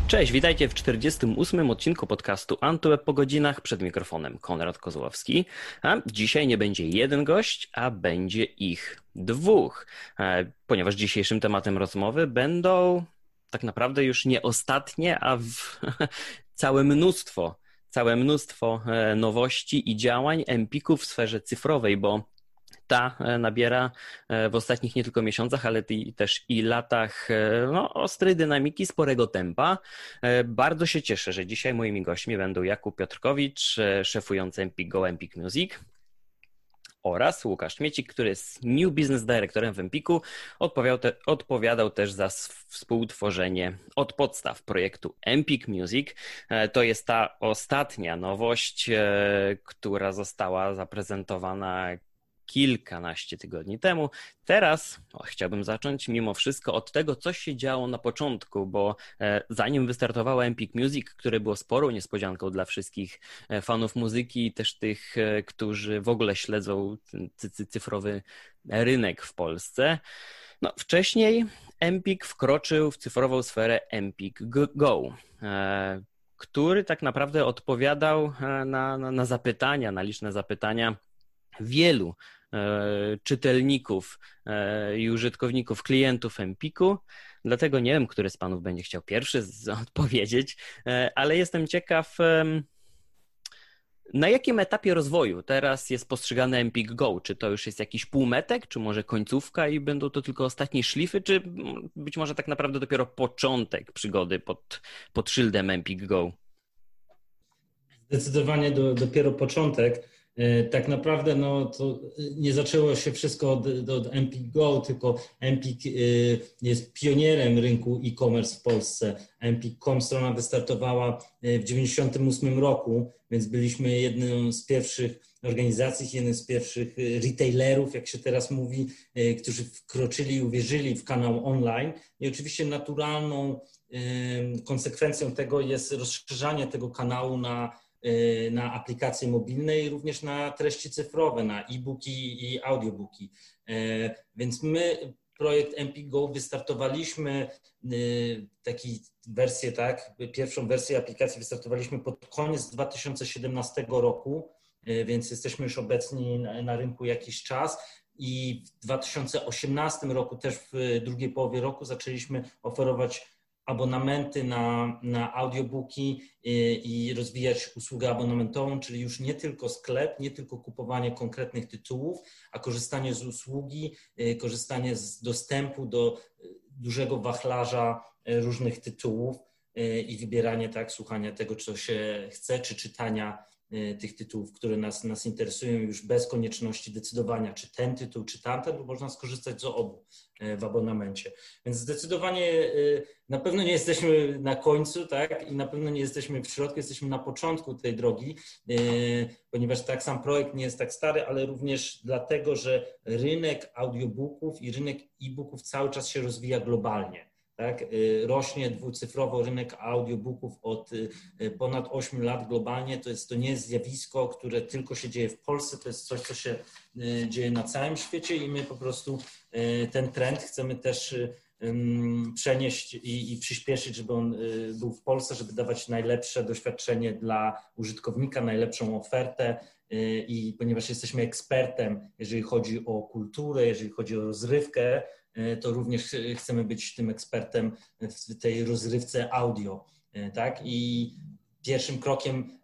Cześć, witajcie w 48. odcinku podcastu AntyWeb po godzinach. Przed mikrofonem Konrad Kozłowski. A dzisiaj nie będzie jeden gość, a będzie ich dwóch, ponieważ dzisiejszym tematem rozmowy będą tak naprawdę już nie ostatnie, a całe mnóstwo nowości i działań Empiku w sferze cyfrowej, bo ta nabiera w ostatnich nie tylko miesiącach, ale też i latach ostrej dynamiki, sporego tempa. Bardzo się cieszę, że dzisiaj moimi gośćmi będą Jakub Piotrkowicz, szefujący Empik Go, Empik Music, oraz Łukasz Śmiecik, który jest New Business Directorem w Empiku, odpowiadał też za współtworzenie od podstaw projektu Empik Music. To jest ta ostatnia nowość, która została zaprezentowana kilkanaście tygodni temu. Teraz chciałbym zacząć mimo wszystko od tego, co się działo na początku, bo zanim wystartowało Empik Music, które było sporą niespodzianką dla wszystkich fanów muzyki i też tych, którzy w ogóle śledzą cyfrowy rynek w Polsce, wcześniej Empik wkroczył w cyfrową sferę Empik Go, który tak naprawdę odpowiadał na zapytania, na liczne zapytania wielu czytelników i użytkowników, klientów Empiku. Dlatego nie wiem, który z panów będzie chciał pierwszy odpowiedzieć, ale jestem ciekaw, na jakim etapie rozwoju teraz jest postrzegany Empik Go? Czy to już jest jakiś półmetek, czy może końcówka i będą to tylko ostatnie szlify, czy być może tak naprawdę dopiero początek przygody pod szyldem Empik Go? Zdecydowanie dopiero początek. Tak naprawdę to nie zaczęło się wszystko od Empik Go, tylko Empik jest pionierem rynku e-commerce w Polsce. Empik.com strona wystartowała w 1998 roku, więc byliśmy jedną z pierwszych organizacji, jednym z pierwszych retailerów, jak się teraz mówi, którzy wkroczyli i uwierzyli w kanał online. I oczywiście naturalną konsekwencją tego jest rozszerzanie tego kanału na aplikacje mobilne i również na treści cyfrowe, na e-booki i audiobooki. Więc my projekt Empik Go wystartowaliśmy pierwszą wersję aplikacji wystartowaliśmy pod koniec 2017 roku, więc jesteśmy już obecni na rynku jakiś czas. I w 2018 roku, też w drugiej połowie roku, zaczęliśmy oferować abonamenty na audiobooki i rozwijać usługę abonamentową, czyli już nie tylko sklep, nie tylko kupowanie konkretnych tytułów, a korzystanie z usługi, korzystanie z dostępu do dużego wachlarza różnych tytułów i wybieranie, słuchania tego, co się chce, czy czytania tych tytułów, które nas interesują, już bez konieczności decydowania, czy ten tytuł, czy tamten, bo można skorzystać z obu w abonamencie. Więc zdecydowanie na pewno nie jesteśmy na końcu, i na pewno nie jesteśmy w środku, jesteśmy na początku tej drogi, ponieważ sam projekt nie jest tak stary, ale również dlatego, że rynek audiobooków i rynek e-booków cały czas się rozwija globalnie. Rośnie dwucyfrowo rynek audiobooków od ponad 8 lat globalnie. To nie jest zjawisko, które tylko się dzieje w Polsce, to jest coś, co się dzieje na całym świecie i my po prostu ten trend chcemy też przenieść i przyspieszyć, żeby on był w Polsce, żeby dawać najlepsze doświadczenie dla użytkownika, najlepszą ofertę. I ponieważ jesteśmy ekspertem, jeżeli chodzi o kulturę, jeżeli chodzi o rozrywkę, to również chcemy być tym ekspertem w tej rozrywce audio. I pierwszym krokiem,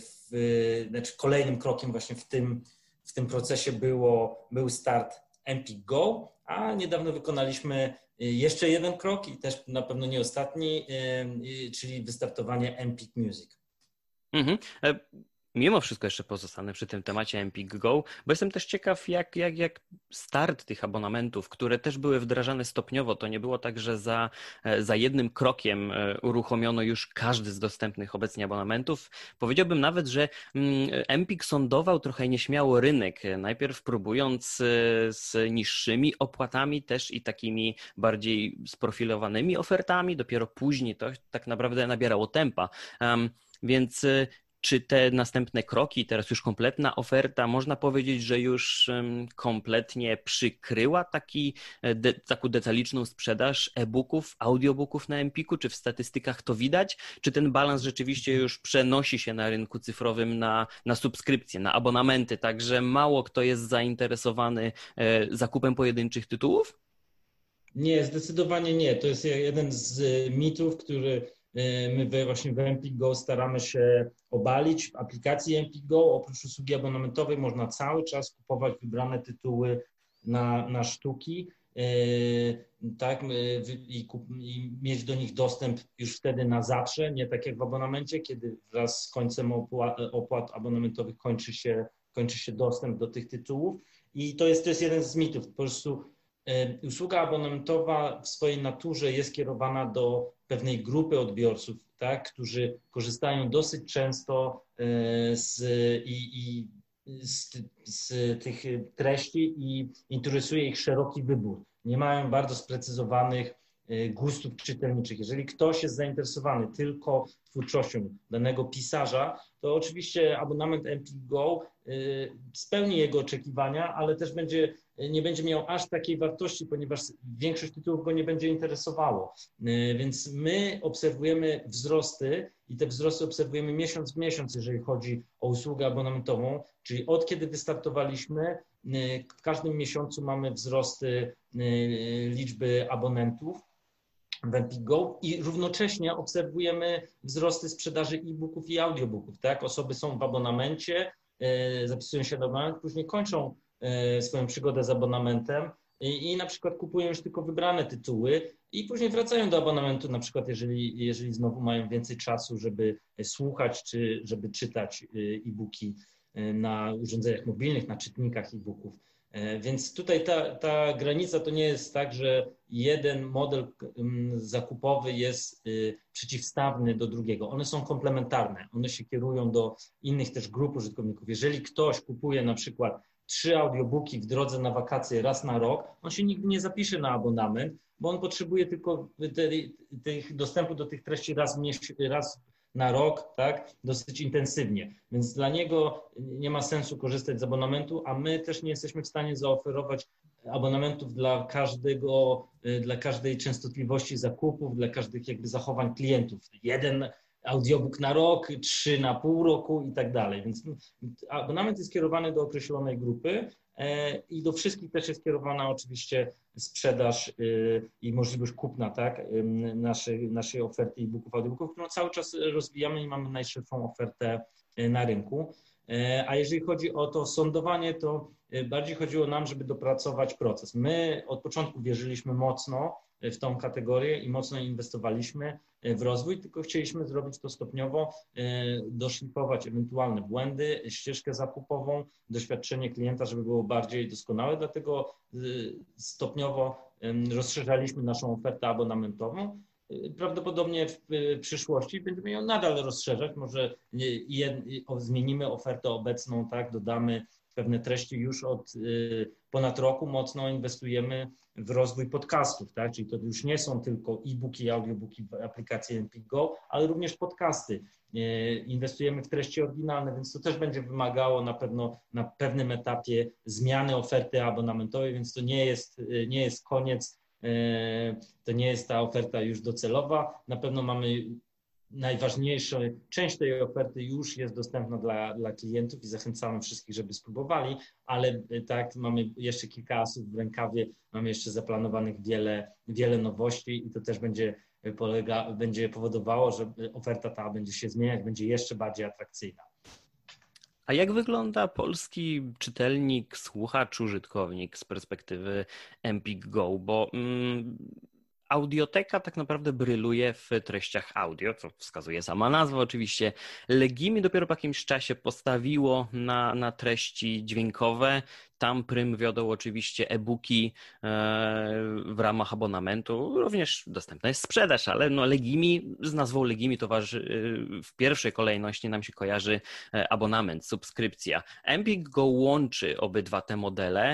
kolejnym krokiem właśnie w tym procesie był start Empik Go, a niedawno wykonaliśmy jeszcze jeden krok i też na pewno nie ostatni, czyli wystartowanie Empik Music. Mhm. Mimo wszystko jeszcze pozostanę przy tym temacie Empik Go, bo jestem też ciekaw, jak start tych abonamentów, które też były wdrażane stopniowo, to nie było tak, że za jednym krokiem uruchomiono już każdy z dostępnych obecnie abonamentów. Powiedziałbym nawet, że Empik sondował trochę nieśmiało rynek, najpierw próbując z niższymi opłatami też i takimi bardziej sprofilowanymi ofertami, dopiero później to tak naprawdę nabierało tempa. Więc Czy te następne kroki, teraz już kompletna oferta, można powiedzieć, że już kompletnie przykryła taką detaliczną sprzedaż e-booków, audiobooków na Empiku? Czy w statystykach to widać? Czy ten balans rzeczywiście już przenosi się na rynku cyfrowym na subskrypcje, na abonamenty, także mało kto jest zainteresowany zakupem pojedynczych tytułów? Nie, zdecydowanie nie. To jest jeden z mitów, który my właśnie w Empik Go staramy się obalić. W aplikacji Empik Go oprócz usługi abonamentowej można cały czas kupować wybrane tytuły na sztuki, tak, i mieć do nich dostęp już wtedy na zawsze, nie tak jak w abonamencie, kiedy wraz z końcem opłat abonamentowych kończy się dostęp do tych tytułów. I to jest jeden z mitów. Po prostu usługa abonamentowa w swojej naturze jest kierowana do pewnej grupy odbiorców, tak, którzy korzystają dosyć często z tych treści i interesuje ich szeroki wybór. Nie mają bardzo sprecyzowanych gustów czytelniczych. Jeżeli ktoś jest zainteresowany tylko twórczością danego pisarza, to oczywiście abonament Empik Go spełni jego oczekiwania, ale też nie będzie miał aż takiej wartości, ponieważ większość tytułów go nie będzie interesowało. Więc my obserwujemy wzrosty i te wzrosty obserwujemy miesiąc w miesiąc, jeżeli chodzi o usługę abonamentową, czyli od kiedy wystartowaliśmy, w każdym miesiącu mamy wzrosty liczby abonentów w Empik Go i równocześnie obserwujemy wzrosty sprzedaży e-booków i audiobooków. Tak? Osoby są w abonamencie, zapisują się na abonament, później kończą swoją przygodę z abonamentem i na przykład kupują już tylko wybrane tytuły i później wracają do abonamentu, na przykład jeżeli znowu mają więcej czasu, żeby słuchać czy żeby czytać e-booki na urządzeniach mobilnych, na czytnikach e-booków. Więc tutaj ta granica to nie jest tak, że jeden model zakupowy jest przeciwstawny do drugiego. One są komplementarne. One się kierują do innych też grup użytkowników. Jeżeli ktoś kupuje na przykład 3 audiobooki w drodze na wakacje raz na rok, on się nigdy nie zapisze na abonament, bo on potrzebuje tylko dostępu do tych treści raz na rok, tak, dosyć intensywnie. Więc dla niego nie ma sensu korzystać z abonamentu, a my też nie jesteśmy w stanie zaoferować abonamentów dla każdej częstotliwości zakupów, dla każdych jakby zachowań klientów. 1 audiobook na rok, 3 na pół roku i tak dalej. Więc abonament jest kierowany do określonej grupy i do wszystkich też jest kierowana oczywiście sprzedaż i możliwość kupna, tak, naszej oferty e-booków, audiobooków, którą cały czas rozwijamy i mamy najszerszą ofertę na rynku. A jeżeli chodzi o to sądowanie, to bardziej chodziło nam, żeby dopracować proces. My od początku wierzyliśmy mocno w tą kategorię i mocno inwestowaliśmy w rozwój, tylko chcieliśmy zrobić to stopniowo, doszlifować ewentualne błędy, ścieżkę zakupową, doświadczenie klienta, żeby było bardziej doskonałe, dlatego stopniowo rozszerzaliśmy naszą ofertę abonamentową. Prawdopodobnie w przyszłości będziemy ją nadal rozszerzać, może zmienimy ofertę obecną, tak, dodamy pewne treści. Już od ponad roku mocno inwestujemy w rozwój podcastów, tak? Czyli to już nie są tylko e-booki, audiobooki w aplikacji Empik Go, ale również podcasty. Inwestujemy w treści oryginalne, więc to też będzie wymagało na pewno na pewnym etapie zmiany oferty abonamentowej, więc to nie jest koniec, to nie jest ta oferta już docelowa. Na pewno mamy najważniejsza część tej oferty już jest dostępna dla klientów i zachęcamy wszystkich, żeby spróbowali, ale tak, mamy jeszcze kilka asów w rękawie, mamy jeszcze zaplanowanych wiele nowości i to też będzie powodowało, że oferta ta będzie się zmieniać, będzie jeszcze bardziej atrakcyjna. A jak wygląda polski czytelnik, słuchacz, użytkownik z perspektywy Empik Go? Bo audioteka tak naprawdę bryluje w treściach audio, co wskazuje sama nazwa oczywiście. Legimi dopiero po jakimś czasie postawiło na treści dźwiękowe. Tam prym wiodą oczywiście e-booki w ramach abonamentu. Również dostępna jest sprzedaż, ale no Legimi, z nazwą Legimi w pierwszej kolejności nam się kojarzy abonament, subskrypcja. Empik Go łączy obydwa te modele.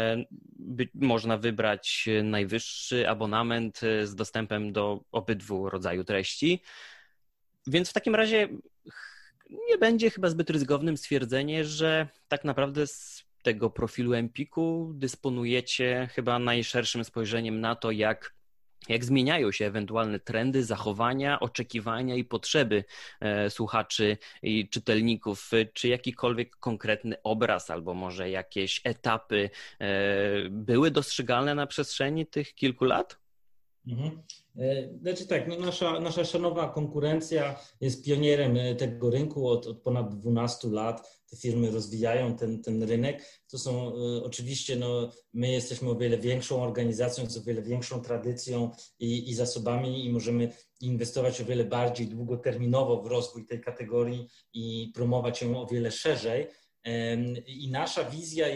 Można wybrać najwyższy abonament z dostępem do obydwu rodzaju treści. Więc w takim razie nie będzie chyba zbyt ryzykownym stwierdzenie, że tak naprawdę z tego profilu Empiku dysponujecie chyba najszerszym spojrzeniem na to, jak zmieniają się ewentualne trendy, zachowania, oczekiwania i potrzeby słuchaczy i czytelników. Czy jakikolwiek konkretny obraz albo może jakieś etapy były dostrzegalne na przestrzeni tych kilku lat? Mhm. Znaczy tak, no nasza szanowana konkurencja jest pionierem tego rynku od ponad 12 lat. Te firmy rozwijają ten rynek. To są oczywiście, no, my jesteśmy o wiele większą organizacją, z o wiele większą tradycją i zasobami i możemy inwestować o wiele bardziej długoterminowo w rozwój tej kategorii i promować ją o wiele szerzej. I nasza wizja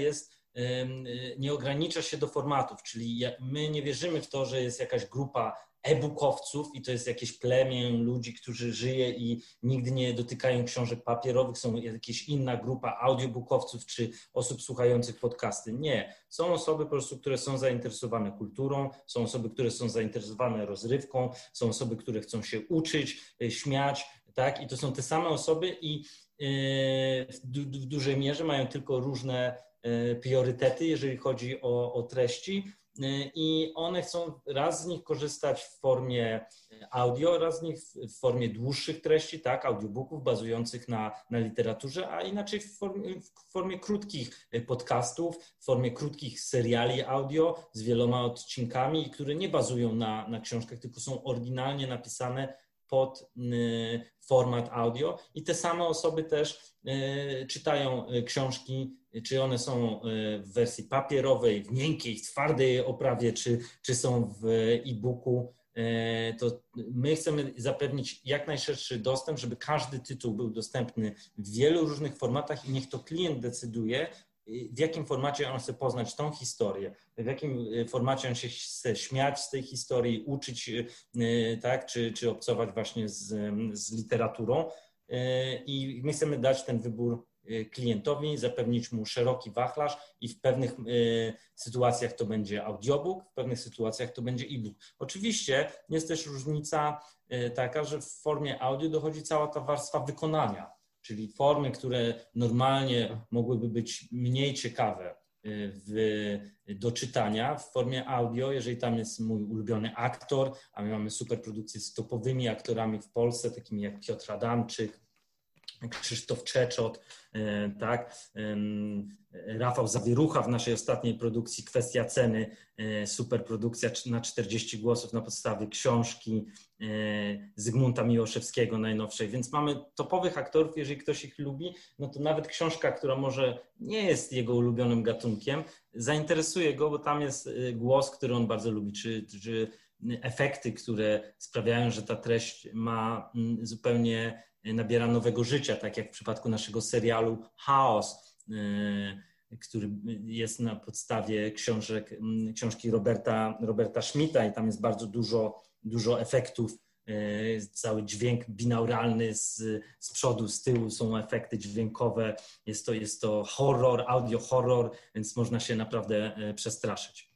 nie ogranicza się do formatów, czyli my nie wierzymy w to, że jest jakaś grupa e-bookowców i to jest jakieś plemię ludzi, którzy żyje i nigdy nie dotykają książek papierowych, są jakaś inna grupa audiobookowców czy osób słuchających podcasty. Nie. Są osoby po prostu, które są zainteresowane kulturą, są osoby, które są zainteresowane rozrywką, są osoby, które chcą się uczyć, śmiać, tak? I to są te same osoby i w dużej mierze mają tylko różne priorytety, jeżeli chodzi o treści i one chcą raz z nich korzystać w formie audio, raz z nich w formie dłuższych treści, tak, audiobooków bazujących na literaturze, a inaczej w formie krótkich podcastów, w formie krótkich seriali audio z wieloma odcinkami, które nie bazują na książkach, tylko są oryginalnie napisane pod format audio i te same osoby też czytają książki, czy one są w wersji papierowej, w miękkiej, w twardej oprawie, czy są w e-booku. To my chcemy zapewnić jak najszerszy dostęp, żeby każdy tytuł był dostępny w wielu różnych formatach i niech to klient decyduje, w jakim formacie on chce poznać tą historię, w jakim formacie on się chce śmiać z tej historii, uczyć, tak, czy obcować właśnie z literaturą. I my chcemy dać ten wybór klientowi, zapewnić mu szeroki wachlarz i w pewnych sytuacjach to będzie audiobook, w pewnych sytuacjach to będzie e-book. Oczywiście jest też różnica taka, że w formie audio dochodzi cała ta warstwa wykonania, czyli formy, które normalnie mogłyby być mniej ciekawe do czytania w formie audio, jeżeli tam jest mój ulubiony aktor, a my mamy super produkcję z topowymi aktorami w Polsce, takimi jak Piotr Adamczyk, Krzysztof Czeczot, tak, Rafał Zawierucha w naszej ostatniej produkcji Kwestia ceny, super produkcja na 40 głosów na podstawie książki Zygmunta Miłoszewskiego najnowszej, więc mamy topowych aktorów, jeżeli ktoś ich lubi, no to nawet książka, która może nie jest jego ulubionym gatunkiem, zainteresuje go, bo tam jest głos, który on bardzo lubi, czy efekty, które sprawiają, że ta treść ma zupełnie nabiera nowego życia, tak jak w przypadku naszego serialu Chaos, który jest na podstawie książki Roberta Schmidta i tam jest bardzo dużo efektów, cały dźwięk binauralny z przodu, z tyłu są efekty dźwiękowe, jest to horror, audio horror, więc można się naprawdę przestraszyć.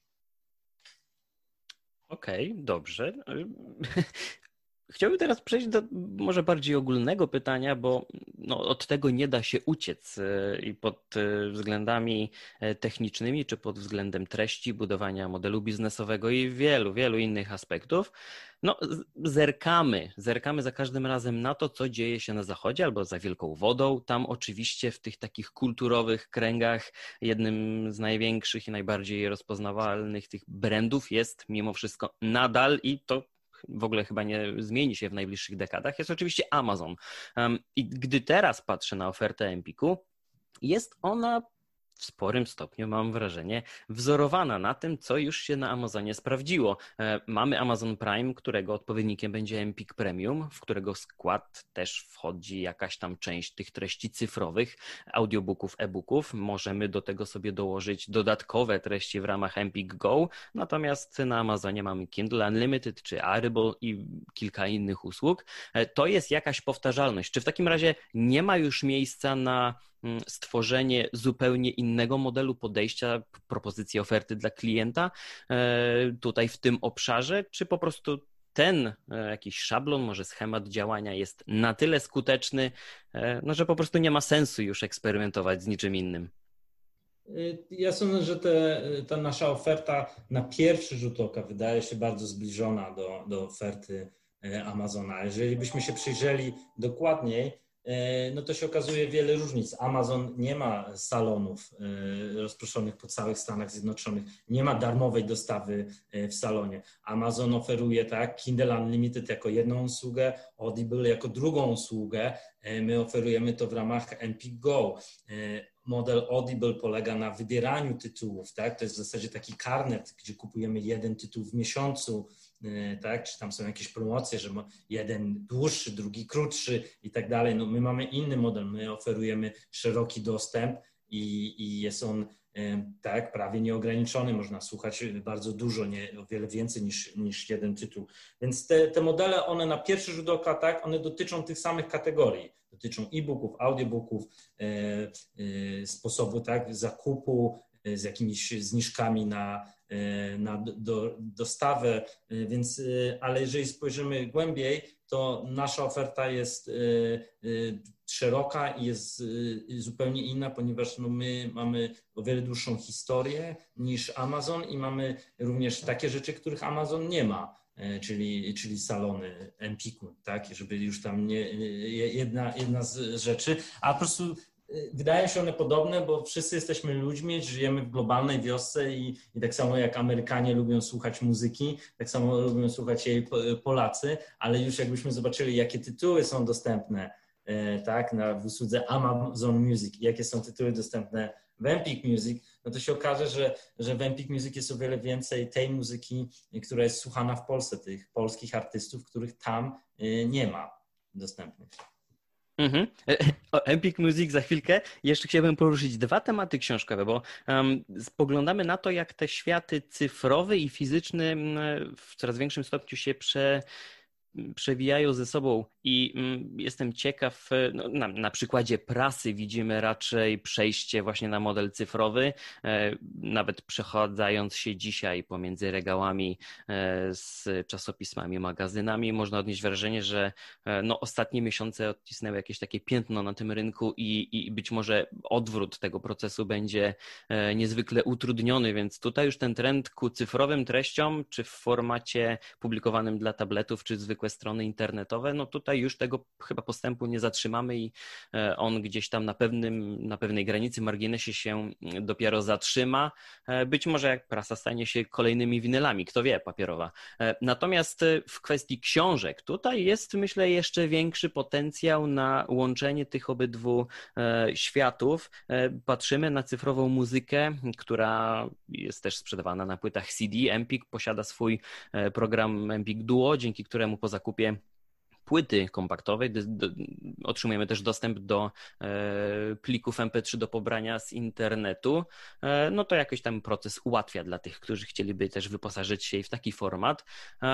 Okej, dobrze. Chciałbym teraz przejść do może bardziej ogólnego pytania, bo no, od tego nie da się uciec i pod względami technicznymi, czy pod względem treści, budowania modelu biznesowego i wielu innych aspektów. No, zerkamy za każdym razem na to, co dzieje się na zachodzie albo za wielką wodą. Tam oczywiście w tych takich kulturowych kręgach jednym z największych i najbardziej rozpoznawalnych tych brandów jest mimo wszystko nadal i to w ogóle chyba nie zmieni się w najbliższych dekadach, jest oczywiście Amazon. I gdy teraz patrzę na ofertę Empiku, jest ona w sporym stopniu, mam wrażenie, wzorowana na tym, co już się na Amazonie sprawdziło. Mamy Amazon Prime, którego odpowiednikiem będzie Empik Premium, w którego skład też wchodzi jakaś tam część tych treści cyfrowych, audiobooków, e-booków. Możemy do tego sobie dołożyć dodatkowe treści w ramach Empik Go, natomiast na Amazonie mamy Kindle Unlimited czy Audible i kilka innych usług. To jest jakaś powtarzalność. Czy w takim razie nie ma już miejsca na stworzenie zupełnie innego modelu podejścia, propozycji oferty dla klienta tutaj w tym obszarze, czy po prostu ten jakiś szablon, może schemat działania jest na tyle skuteczny, no, że po prostu nie ma sensu już eksperymentować z niczym innym. Ja sądzę, że ta nasza oferta na pierwszy rzut oka wydaje się bardzo zbliżona do oferty Amazona. Jeżeli byśmy się przyjrzeli dokładniej, no to się okazuje wiele różnic. Amazon nie ma salonów rozproszonych po całych Stanach Zjednoczonych, nie ma darmowej dostawy w salonie. Amazon oferuje Kindle Unlimited jako jedną usługę, Audible jako drugą usługę. My oferujemy to w ramach Empik Go. Model Audible polega na wybieraniu tytułów, tak? To jest w zasadzie taki karnet, gdzie kupujemy jeden tytuł w miesiącu, tak? Czy tam są jakieś promocje, że jeden dłuższy, drugi krótszy i tak dalej. No my mamy inny model, my oferujemy szeroki dostęp i jest on tak prawie nieograniczony, można słuchać bardzo dużo, o wiele więcej niż jeden tytuł. Więc te modele, one na pierwszy rzut oka, tak, one dotyczą tych samych kategorii. Dotyczą e-booków, audiobooków, sposobu zakupu z jakimiś zniżkami na dostawę, więc, ale jeżeli spojrzymy głębiej, to nasza oferta jest szeroka i jest zupełnie inna, ponieważ my mamy o wiele dłuższą historię niż Amazon i mamy również takie rzeczy, których Amazon nie ma. Czyli salony Empiku, tak, żeby już tam jedna z rzeczy, a po prostu wydają się one podobne, bo wszyscy jesteśmy ludźmi, żyjemy w globalnej wiosce i tak samo jak Amerykanie lubią słuchać muzyki, tak samo lubią słuchać jej Polacy, ale już jakbyśmy zobaczyli, jakie tytuły są dostępne tak, w usłudze Amazon Music, jakie są tytuły dostępne w Empik Music, no to się okaże, że w Empik Music jest o wiele więcej tej muzyki, która jest słuchana w Polsce, tych polskich artystów, których tam nie ma dostępnych. O Empik Music za chwilkę. Jeszcze chciałbym poruszyć dwa tematy książkowe, bo spoglądamy na to, jak te światy cyfrowy i fizyczny w coraz większym stopniu się przewijają ze sobą i jestem ciekaw, no, na przykładzie prasy widzimy raczej przejście właśnie na model cyfrowy, nawet przechadzając się dzisiaj pomiędzy regałami z czasopismami, magazynami, można odnieść wrażenie, że no, ostatnie miesiące odcisnęły jakieś takie piętno na tym rynku i być może odwrót tego procesu będzie niezwykle utrudniony, więc tutaj już ten trend ku cyfrowym treściom, czy w formacie publikowanym dla tabletów, czy zwykłe strony internetowe, no tutaj już tego chyba postępu nie zatrzymamy i on gdzieś tam na pewnej granicy, marginesie się dopiero zatrzyma. Być może jak prasa stanie się kolejnymi winylami, kto wie, papierowa. Natomiast w kwestii książek, tutaj jest, myślę, jeszcze większy potencjał na łączenie tych obydwu światów. Patrzymy na cyfrową muzykę, która jest też sprzedawana na płytach CD. Empik posiada swój program Empik Duo, dzięki któremu po zakupie płyty kompaktowej otrzymujemy też dostęp do plików MP3 do pobrania z internetu. No to jakoś tam proces ułatwia dla tych, którzy chcieliby też wyposażyć się w taki format.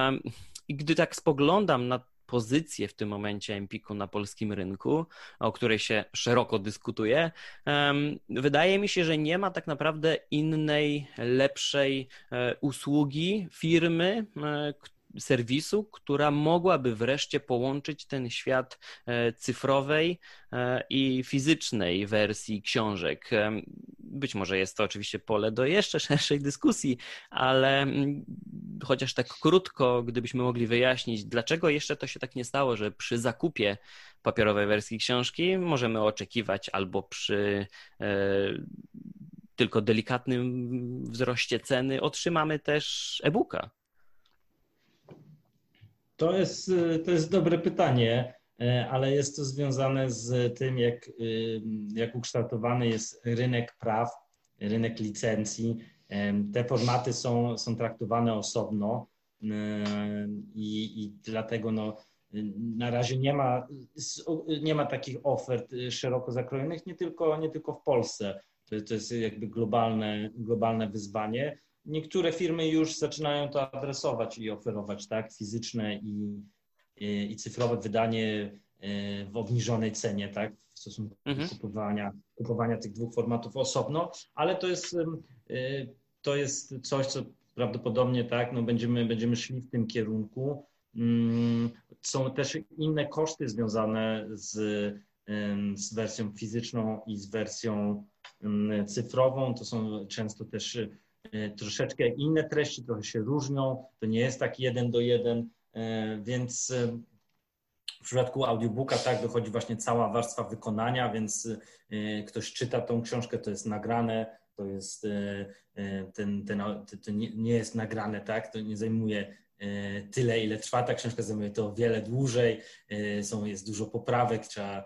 I gdy tak spoglądam na pozycję w tym momencie Empiku na polskim rynku, o której się szeroko dyskutuje, wydaje mi się, że nie ma tak naprawdę innej, lepszej usługi, firmy, serwisu, która mogłaby wreszcie połączyć ten świat cyfrowej i fizycznej wersji książek. Być może jest to oczywiście pole do jeszcze szerszej dyskusji, ale chociaż tak krótko, gdybyśmy mogli wyjaśnić, dlaczego jeszcze to się tak nie stało, że przy zakupie papierowej wersji książki możemy oczekiwać albo przy tylko delikatnym wzroście ceny otrzymamy też e-booka. To jest dobre pytanie, ale jest to związane z tym, jak ukształtowany jest rynek praw, rynek licencji. Te formaty są traktowane osobno i dlatego no, na razie nie ma takich ofert szeroko zakrojonych, nie tylko w Polsce. To jest jakby globalne wyzwanie. Niektóre firmy już zaczynają to adresować i oferować, tak, fizyczne i cyfrowe wydanie w obniżonej cenie, tak, w stosunku do kupowania tych dwóch formatów osobno, ale to jest coś, co prawdopodobnie tak, no będziemy szli w tym kierunku. Są też inne koszty związane z wersją fizyczną i z wersją cyfrową. To są często też troszeczkę inne treści, trochę się różnią. To nie jest tak 1:1, więc w przypadku audiobooka tak dochodzi właśnie cała warstwa wykonania, więc ktoś czyta tą książkę, to jest nagrane, to jest to nie jest nagrane, tak? To nie zajmuje tyle, ile trwa ta książka, zajmuje to o wiele dłużej, jest dużo poprawek, trzeba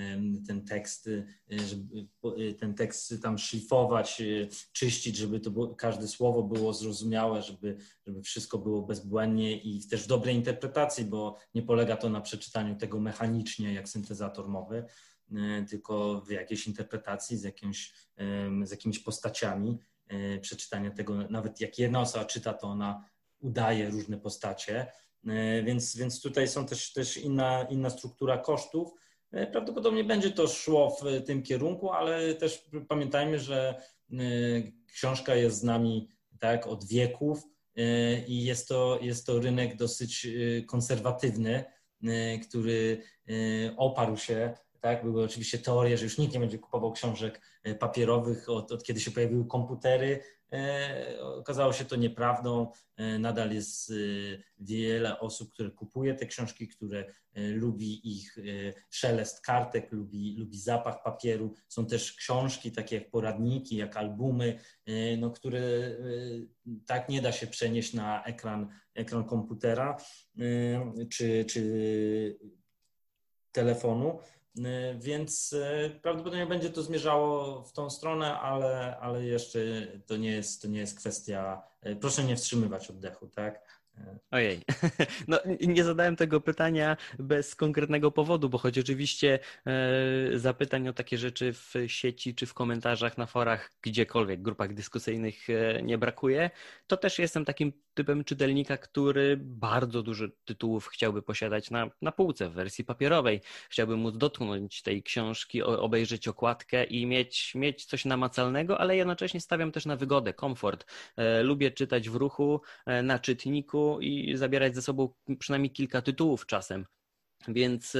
ten tekst tam szlifować, czyścić, żeby to było, każde słowo było zrozumiałe, żeby wszystko było bezbłędnie i też w dobrej interpretacji, bo nie polega to na przeczytaniu tego mechanicznie jak syntezator mowy, tylko w jakiejś interpretacji z jakimiś postaciami, przeczytania tego, nawet jak jedna osoba czyta, to ona udaje różne postacie, więc tutaj są też inna struktura kosztów. Prawdopodobnie będzie to szło w tym kierunku, ale też pamiętajmy, że książka jest z nami tak od wieków i jest to rynek dosyć konserwatywny, który oparł się, tak, były oczywiście teorie, że już nikt nie będzie kupował książek papierowych od kiedy się pojawiły komputery. Okazało się to nieprawdą. Nadal jest wiele osób, które kupuje te książki, które lubi ich szelest kartek, lubi zapach papieru. Są też książki takie jak poradniki, jak albumy, no, które tak nie da się przenieść na ekran komputera czy telefonu. Więc prawdopodobnie będzie to zmierzało w tą stronę, ale jeszcze to nie jest kwestia, proszę nie wstrzymywać oddechu, tak? Ojej, no nie zadałem tego pytania bez konkretnego powodu, bo choć oczywiście zapytań o takie rzeczy w sieci czy w komentarzach na forach, gdziekolwiek, grupach dyskusyjnych nie brakuje, to też jestem takim typem czytelnika, który bardzo dużo tytułów chciałby posiadać na półce w wersji papierowej. Chciałby móc dotknąć tej książki, obejrzeć okładkę i mieć coś namacalnego, ale jednocześnie stawiam też na wygodę, komfort. Lubię czytać w ruchu, na czytniku i zabierać ze sobą przynajmniej kilka tytułów czasem. Więc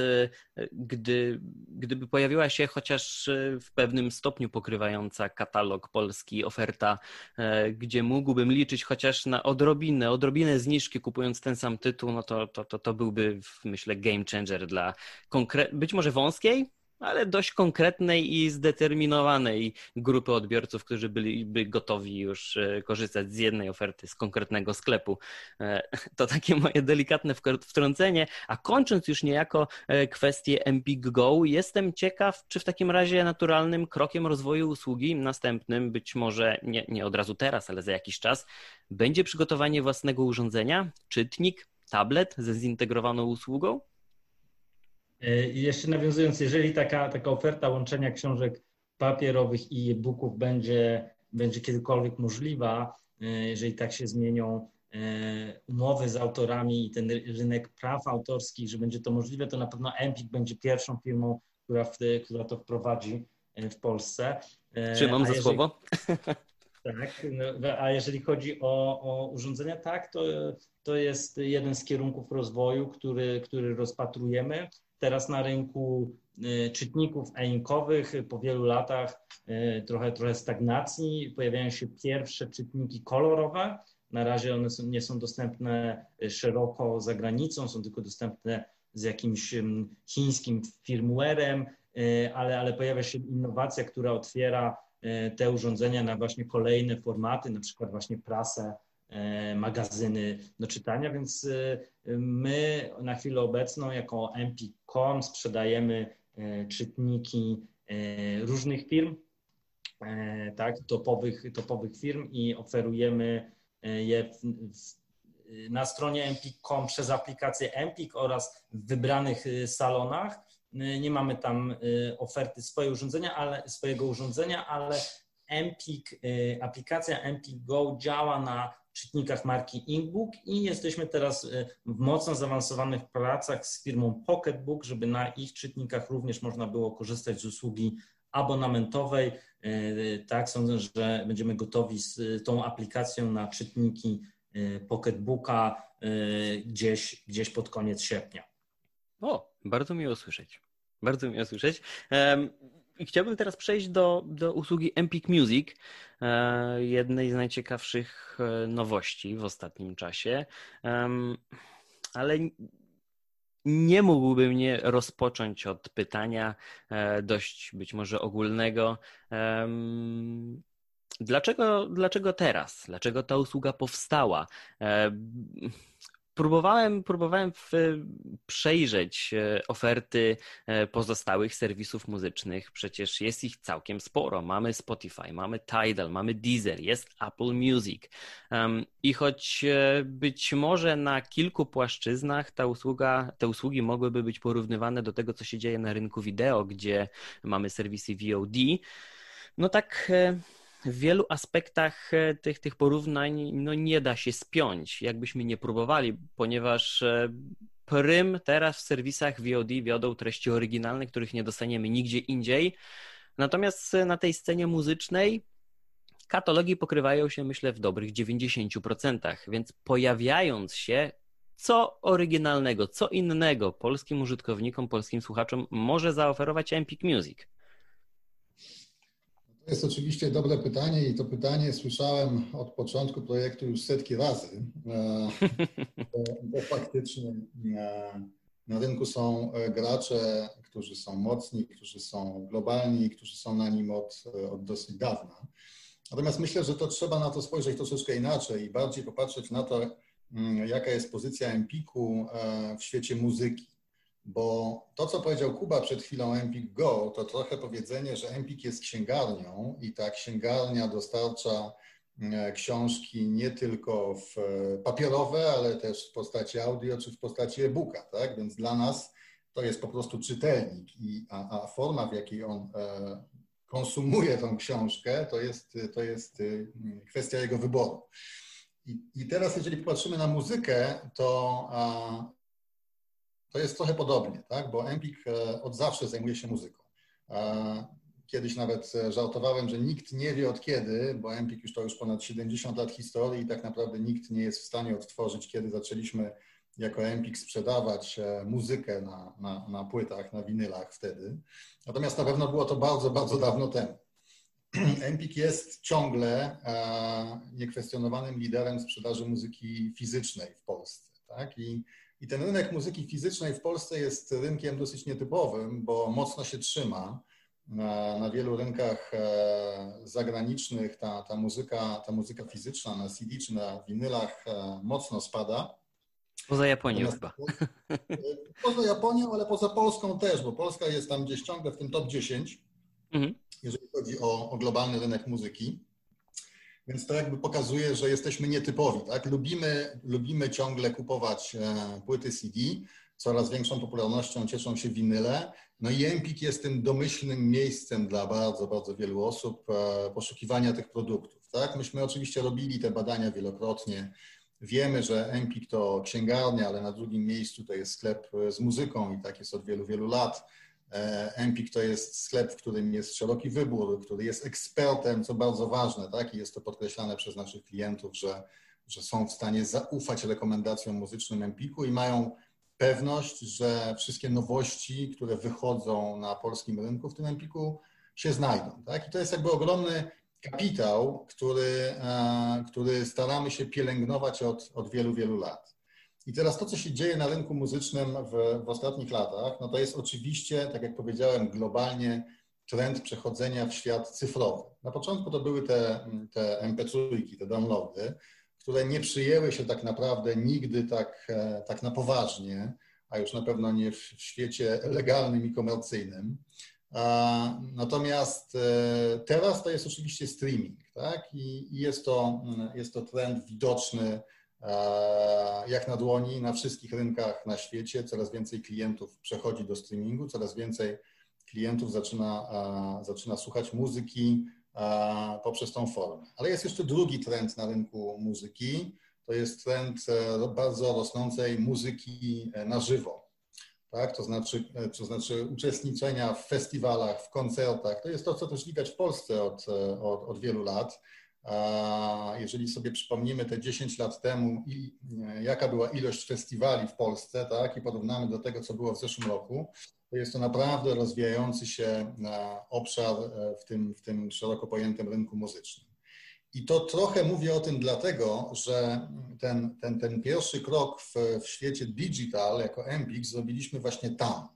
gdyby pojawiła się chociaż w pewnym stopniu pokrywająca katalog polski oferta, gdzie mógłbym liczyć chociaż na odrobinę zniżki kupując ten sam tytuł, no to byłby, myślę, game changer dla być może wąskiej, ale dość konkretnej i zdeterminowanej grupy odbiorców, którzy byliby gotowi już korzystać z jednej oferty z konkretnego sklepu. To takie moje delikatne wtrącenie, a kończąc już niejako kwestię Empik Go, jestem ciekaw, czy w takim razie naturalnym krokiem rozwoju usługi następnym, być może nie od razu teraz, ale za jakiś czas, będzie przygotowanie własnego urządzenia, czytnik, tablet ze zintegrowaną usługą? I jeszcze nawiązując, jeżeli taka oferta łączenia książek papierowych i e-booków będzie kiedykolwiek możliwa, jeżeli tak się zmienią umowy z autorami i ten rynek praw autorskich, że będzie to możliwe, to na pewno Empik będzie pierwszą firmą, która to wprowadzi w Polsce. Trzymam za słowo. Tak, no, a jeżeli chodzi o urządzenia, tak, to jest jeden z kierunków rozwoju, który rozpatrujemy. Teraz na rynku czytników e-inkowych po wielu latach trochę stagnacji pojawiają się pierwsze czytniki kolorowe. Na razie one nie są dostępne szeroko za granicą, są tylko dostępne z jakimś chińskim firmware'em, ale pojawia się innowacja, która otwiera te urządzenia na właśnie kolejne formaty, na przykład właśnie prasę, magazyny do czytania, więc my na chwilę obecną jako Empik.com sprzedajemy czytniki różnych firm, tak, topowych firm i oferujemy je na stronie Empik.com przez aplikację Empik oraz w wybranych salonach. Nie mamy tam oferty swojego urządzenia, ale Empik, aplikacja Empik Go działa na czytnikach marki Inkbook i jesteśmy teraz w mocno zaawansowanych pracach z firmą Pocketbook, żeby na ich czytnikach również można było korzystać z usługi abonamentowej. Tak, sądzę, że będziemy gotowi z tą aplikacją na czytniki pocketbooka gdzieś pod koniec sierpnia. O, bardzo miło słyszeć. Bardzo miło słyszeć. I chciałbym teraz przejść do usługi Empik Music, jednej z najciekawszych nowości w ostatnim czasie, ale nie mógłbym nie rozpocząć od pytania dość być może ogólnego. Dlaczego teraz? Dlaczego ta usługa powstała? Próbowałem przejrzeć oferty pozostałych serwisów muzycznych. Przecież jest ich całkiem sporo. Mamy Spotify, mamy Tidal, mamy Deezer, jest Apple Music. I choć być może na kilku płaszczyznach te usługi mogłyby być porównywane do tego, co się dzieje na rynku wideo, gdzie mamy serwisy VOD, no tak w wielu aspektach tych porównań nie da się spiąć, jakbyśmy nie próbowali, ponieważ prym teraz w serwisach VOD wiodą treści oryginalne, których nie dostaniemy nigdzie indziej. Natomiast na tej scenie muzycznej katalogi pokrywają się, myślę, w dobrych 90%, więc pojawiając się, co oryginalnego, co innego polskim użytkownikom, polskim słuchaczom może zaoferować Empik Music? To jest oczywiście dobre pytanie i to pytanie słyszałem od początku projektu już setki razy, bo faktycznie na rynku są gracze, którzy są mocni, którzy są globalni, którzy są na nim od dosyć dawna. Natomiast myślę, że to trzeba na to spojrzeć troszeczkę inaczej i bardziej popatrzeć na to, jaka jest pozycja Empiku w świecie muzyki. Bo to, co powiedział Kuba przed chwilą Empik Go, to trochę powiedzenie, że Empik jest księgarnią i ta księgarnia dostarcza książki nie tylko w papierowe, ale też w postaci audio czy w postaci e-booka, tak? Więc dla nas to jest po prostu czytelnik, a forma, w jakiej on konsumuje tą książkę, to jest kwestia jego wyboru. I teraz, jeżeli popatrzymy na muzykę, to jest trochę podobnie, tak? Bo Empik od zawsze zajmuje się muzyką. Kiedyś nawet żartowałem, że nikt nie wie od kiedy, bo Empik już ponad 70 lat historii i tak naprawdę nikt nie jest w stanie odtworzyć, kiedy zaczęliśmy jako Empik sprzedawać muzykę na płytach, na winylach wtedy. Natomiast na pewno było to bardzo, bardzo dawno temu. Empik jest ciągle niekwestionowanym liderem sprzedaży muzyki fizycznej w Polsce, tak? I ten rynek muzyki fizycznej w Polsce jest rynkiem dosyć nietypowym, bo mocno się trzyma. Na wielu rynkach zagranicznych ta muzyka fizyczna na CD czy na winylach mocno spada. Poza Japonią chyba. Poza Japonią, ale poza Polską też, bo Polska jest tam gdzieś ciągle w tym top 10, jeżeli chodzi o globalny rynek muzyki. Więc to jakby pokazuje, że jesteśmy nietypowi, tak? Lubimy ciągle kupować płyty CD, coraz większą popularnością cieszą się winyle. No i Empik jest tym domyślnym miejscem dla bardzo, bardzo wielu osób poszukiwania tych produktów, tak? Myśmy oczywiście robili te badania wielokrotnie. Wiemy, że Empik to księgarnia, ale na drugim miejscu to jest sklep z muzyką i tak jest od wielu, wielu lat. Empik to jest sklep, w którym jest szeroki wybór, który jest ekspertem, co bardzo ważne, tak? I jest to podkreślane przez naszych klientów, że są w stanie zaufać rekomendacjom muzycznym Empiku i mają pewność, że wszystkie nowości, które wychodzą na polskim rynku w tym Empiku się znajdą, tak? I to jest jakby ogromny kapitał, który staramy się pielęgnować od wielu, wielu lat. I teraz to, co się dzieje na rynku muzycznym w ostatnich latach, no to jest oczywiście, tak jak powiedziałem, globalnie trend przechodzenia w świat cyfrowy. Na początku to były te MP3, te downloady, które nie przyjęły się tak naprawdę nigdy tak na poważnie, a już na pewno nie w świecie legalnym i komercyjnym. Natomiast teraz to jest oczywiście streaming, tak? I jest to trend widoczny jak na dłoni na wszystkich rynkach na świecie. Coraz więcej klientów przechodzi do streamingu, coraz więcej klientów zaczyna słuchać muzyki poprzez tą formę. Ale jest jeszcze drugi trend na rynku muzyki. To jest trend bardzo rosnącej muzyki na żywo. Tak? To znaczy uczestniczenia w festiwalach, w koncertach. To jest to, co też widać w Polsce od wielu lat. Jeżeli sobie przypomnimy te 10 lat temu i jaka była ilość festiwali w Polsce, tak, i porównamy do tego, co było w zeszłym roku, to jest to naprawdę rozwijający się obszar w tym szeroko pojętym rynku muzycznym. I to trochę mówię o tym dlatego, że ten pierwszy krok w świecie digital jako Empik zrobiliśmy właśnie tam.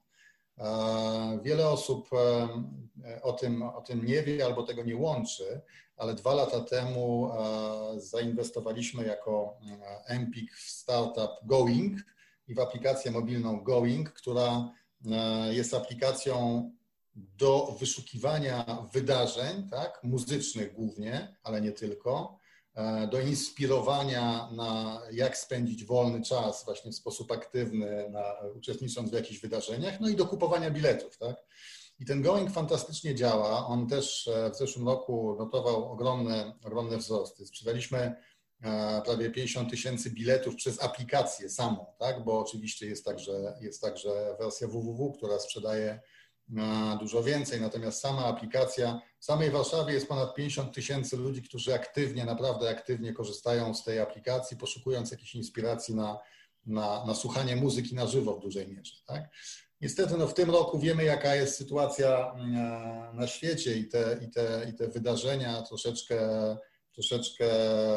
Wiele osób o tym nie wie albo tego nie łączy, ale 2 lata temu zainwestowaliśmy jako Empik w startup Going i w aplikację mobilną Going, która jest aplikacją do wyszukiwania wydarzeń, tak, muzycznych głównie, ale nie tylko, do inspirowania na jak spędzić wolny czas właśnie w sposób aktywny, uczestnicząc w jakichś wydarzeniach, no i do kupowania biletów, tak. I ten Going fantastycznie działa. On też w zeszłym roku notował ogromne wzrosty. Sprzedaliśmy prawie 50 000 biletów przez aplikację samą, tak, bo oczywiście jest także wersja www, która sprzedaje dużo więcej, natomiast sama aplikacja, w samej Warszawie jest ponad 50 000 ludzi, którzy naprawdę aktywnie korzystają z tej aplikacji, poszukując jakichś inspiracji na słuchanie muzyki na żywo w dużej mierze. Tak? Niestety w tym roku wiemy, jaka jest sytuacja na świecie i te wydarzenia troszeczkę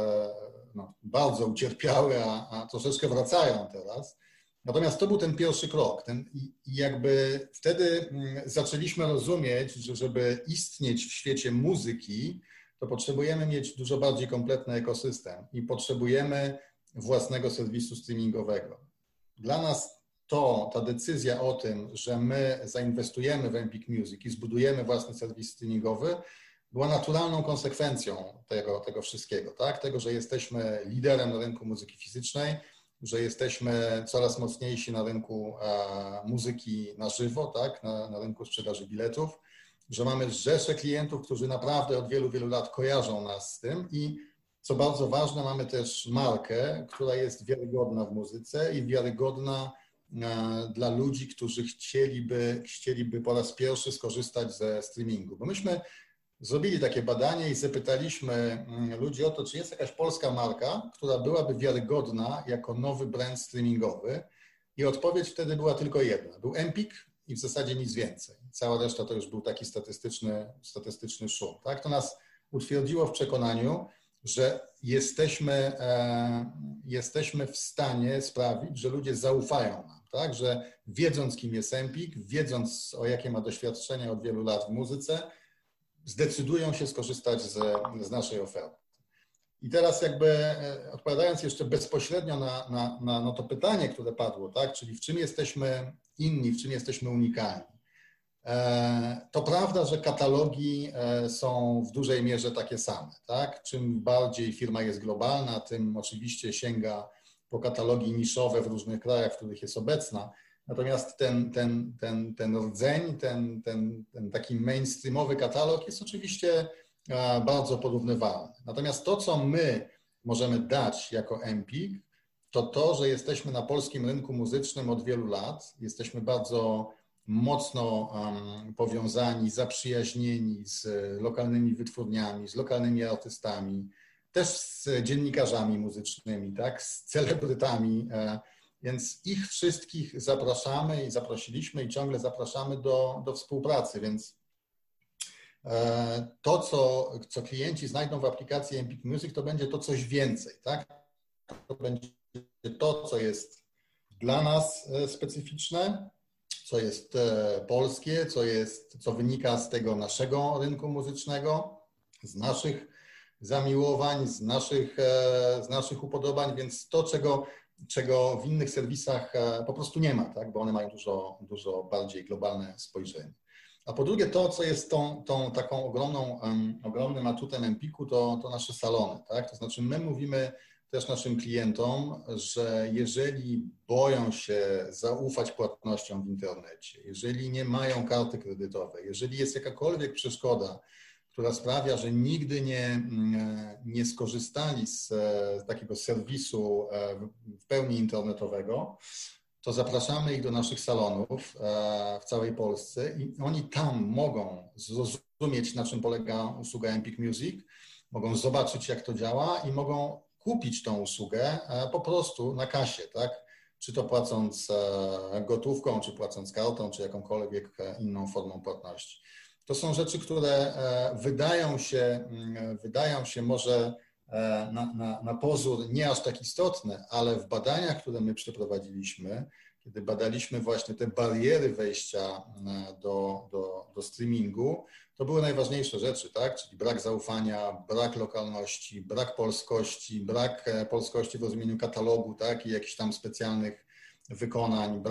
bardzo ucierpiały, a troszeczkę wracają teraz. Natomiast to był ten pierwszy krok. I jakby wtedy zaczęliśmy rozumieć, że żeby istnieć w świecie muzyki, to potrzebujemy mieć dużo bardziej kompletny ekosystem i potrzebujemy własnego serwisu streamingowego. Dla nas ta decyzja o tym, że my zainwestujemy w Empik Music i zbudujemy własny serwis streamingowy, była naturalną konsekwencją tego wszystkiego, tak? Tego, że jesteśmy liderem na rynku muzyki fizycznej, że jesteśmy coraz mocniejsi na rynku muzyki na żywo, tak? Na rynku sprzedaży biletów, że mamy rzesze klientów, którzy naprawdę od wielu, wielu lat kojarzą nas z tym i co bardzo ważne, mamy też markę, która jest wiarygodna w muzyce i wiarygodna dla ludzi, którzy chcieliby po raz pierwszy skorzystać ze streamingu. Bo myśmy zrobili takie badanie i zapytaliśmy ludzi o to, czy jest jakaś polska marka, która byłaby wiarygodna jako nowy brand streamingowy i odpowiedź wtedy była tylko jedna. Był Empik i w zasadzie nic więcej. Cała reszta to już był taki statystyczny szum. Tak? To nas utwierdziło w przekonaniu, że jesteśmy w stanie sprawić, że ludzie zaufają nam, tak? Że wiedząc, kim jest Empik, wiedząc, o jakie ma doświadczenie od wielu lat w muzyce, zdecydują się skorzystać z naszej oferty. I teraz jakby odpowiadając jeszcze bezpośrednio na to pytanie, które padło, tak? Czyli w czym jesteśmy inni, w czym jesteśmy unikalni. To prawda, że katalogi są w dużej mierze takie same. Tak? Czym bardziej firma jest globalna, tym oczywiście sięga po katalogi niszowe w różnych krajach, w których jest obecna. Natomiast ten rdzeń, ten taki mainstreamowy katalog jest oczywiście bardzo porównywalny. Natomiast to, co my możemy dać jako Empik, to, że jesteśmy na polskim rynku muzycznym od wielu lat, jesteśmy bardzo mocno powiązani, zaprzyjaźnieni z lokalnymi wytwórniami, z lokalnymi artystami, też z dziennikarzami muzycznymi, tak, z celebrytami, więc ich wszystkich zapraszamy i zaprosiliśmy i ciągle zapraszamy do współpracy, więc to, co klienci znajdą w aplikacji Empik Music, to będzie to coś więcej, tak? To będzie to, co jest dla nas specyficzne, co jest polskie, co wynika z tego naszego rynku muzycznego, z naszych zamiłowań, z naszych upodobań, więc to, czego w innych serwisach po prostu nie ma, tak? Bo one mają dużo bardziej globalne spojrzenie. A po drugie to, co jest tą taką ogromnym atutem Empiku, to nasze salony, tak? To znaczy my mówimy też naszym klientom, że jeżeli boją się zaufać płatnościom w internecie, jeżeli nie mają karty kredytowej, jeżeli jest jakakolwiek przeszkoda, która sprawia, że nigdy nie skorzystali z takiego serwisu w pełni internetowego, to zapraszamy ich do naszych salonów w całej Polsce i oni tam mogą zrozumieć, na czym polega usługa Empik Music mogą zobaczyć, jak to działa i mogą kupić tą usługę po prostu na kasie, tak? Czy to płacąc gotówką, czy płacąc kartą, czy jakąkolwiek inną formą płatności. To są rzeczy, które wydają się może na pozór nie aż tak istotne, ale w badaniach, które my przeprowadziliśmy, kiedy badaliśmy właśnie te bariery wejścia do streamingu, to były najważniejsze rzeczy, tak? Czyli brak zaufania, brak lokalności, brak polskości w rozumieniu katalogu, tak? I jakichś tam specjalnych wykonań,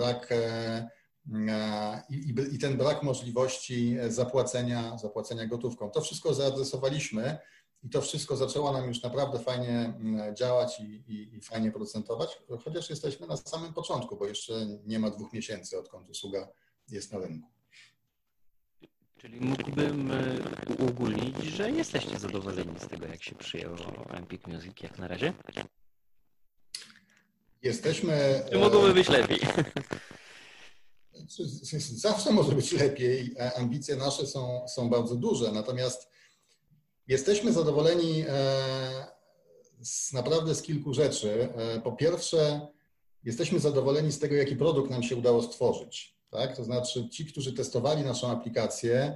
i ten brak możliwości zapłacenia gotówką. To wszystko zaadresowaliśmy i to wszystko zaczęło nam już naprawdę fajnie działać i fajnie procentować, chociaż jesteśmy na samym początku, bo jeszcze nie ma 2 miesięcy, odkąd usługa jest na rynku. Czyli mógłbym uogólnić, że jesteście zadowoleni z tego, jak się przyjęło Empik Music jak na razie? Jesteśmy... Czy mogłoby być lepiej? Zawsze może być lepiej. Ambicje nasze są bardzo duże, natomiast jesteśmy zadowoleni naprawdę z kilku rzeczy. Po pierwsze, jesteśmy zadowoleni z tego, jaki produkt nam się udało stworzyć. Tak? To znaczy ci, którzy testowali naszą aplikację,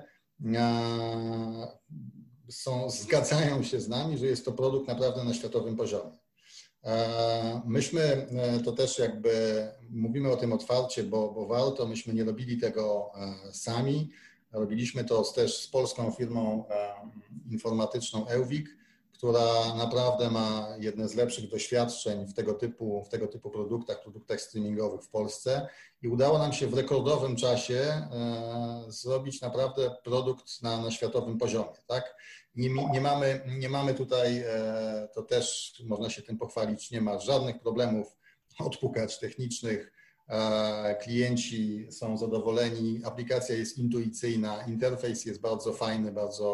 zgadzają się z nami, że jest to produkt naprawdę na światowym poziomie. Myśmy to też jakby mówimy o tym otwarcie, bo warto, myśmy nie robili tego sami. Robiliśmy to też z polską firmą informatyczną Euvik, która naprawdę ma jedne z lepszych doświadczeń w tego typu produktach streamingowych w Polsce i udało nam się w rekordowym czasie zrobić naprawdę produkt na światowym poziomie. Tak? Nie mamy tutaj, to też można się tym pochwalić, nie ma żadnych problemów odpukać technicznych, klienci są zadowoleni, aplikacja jest intuicyjna, interfejs jest bardzo fajny,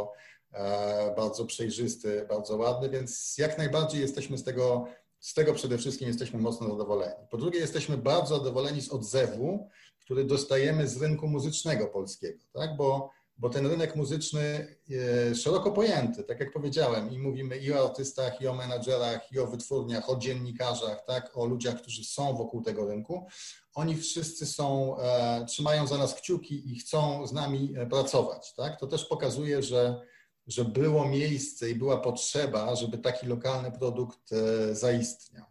bardzo przejrzysty, bardzo ładny, więc jak najbardziej jesteśmy z tego przede wszystkim jesteśmy mocno zadowoleni. Po drugie, jesteśmy bardzo zadowoleni z odzewu, który dostajemy z rynku muzycznego polskiego, tak? Bo ten rynek muzyczny szeroko pojęty, tak jak powiedziałem, i mówimy i o artystach, i o menadżerach, i o wytwórniach, o dziennikarzach, tak? O ludziach, którzy są wokół tego rynku. Oni wszyscy trzymają za nas kciuki i chcą z nami pracować. Tak? To też pokazuje, że było miejsce i była potrzeba, żeby taki lokalny produkt zaistniał.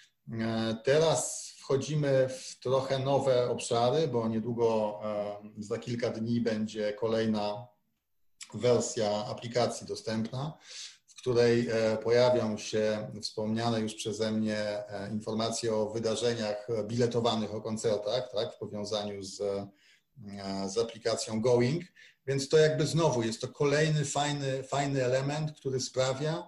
Teraz wchodzimy w trochę nowe obszary, bo niedługo, za kilka dni będzie kolejna wersja aplikacji dostępna, w której pojawią się wspomniane już przeze mnie informacje o wydarzeniach biletowanych, o koncertach, tak, w powiązaniu z aplikacją Going. Więc to jakby znowu jest to kolejny fajny element, który sprawia,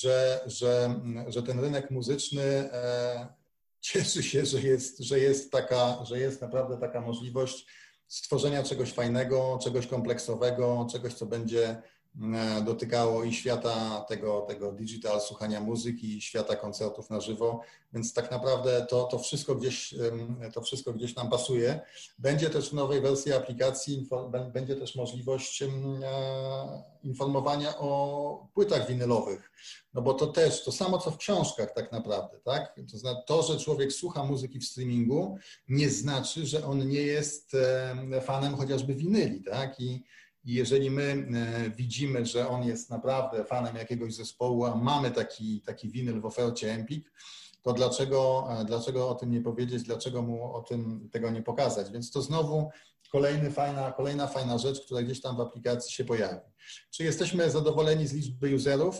że ten rynek muzyczny cieszy się, że jest naprawdę taka możliwość stworzenia czegoś fajnego, czegoś kompleksowego, czegoś, co będzie dotykało i świata tego digital, słuchania muzyki, i świata koncertów na żywo, więc tak naprawdę to wszystko gdzieś nam pasuje. Będzie też w nowej wersji aplikacji, będzie też możliwość informowania o płytach winylowych, no bo to samo co w książkach tak naprawdę, tak? To znaczy to, że człowiek słucha muzyki w streamingu, nie znaczy, że on nie jest fanem chociażby winyli, tak? I jeżeli my widzimy, że on jest naprawdę fanem jakiegoś zespołu, a mamy taki winyl w ofercie Empik, to dlaczego o tym nie powiedzieć, dlaczego mu tego nie pokazać? Więc to znowu kolejna fajna rzecz, która gdzieś tam w aplikacji się pojawi. Czy jesteśmy zadowoleni z liczby userów?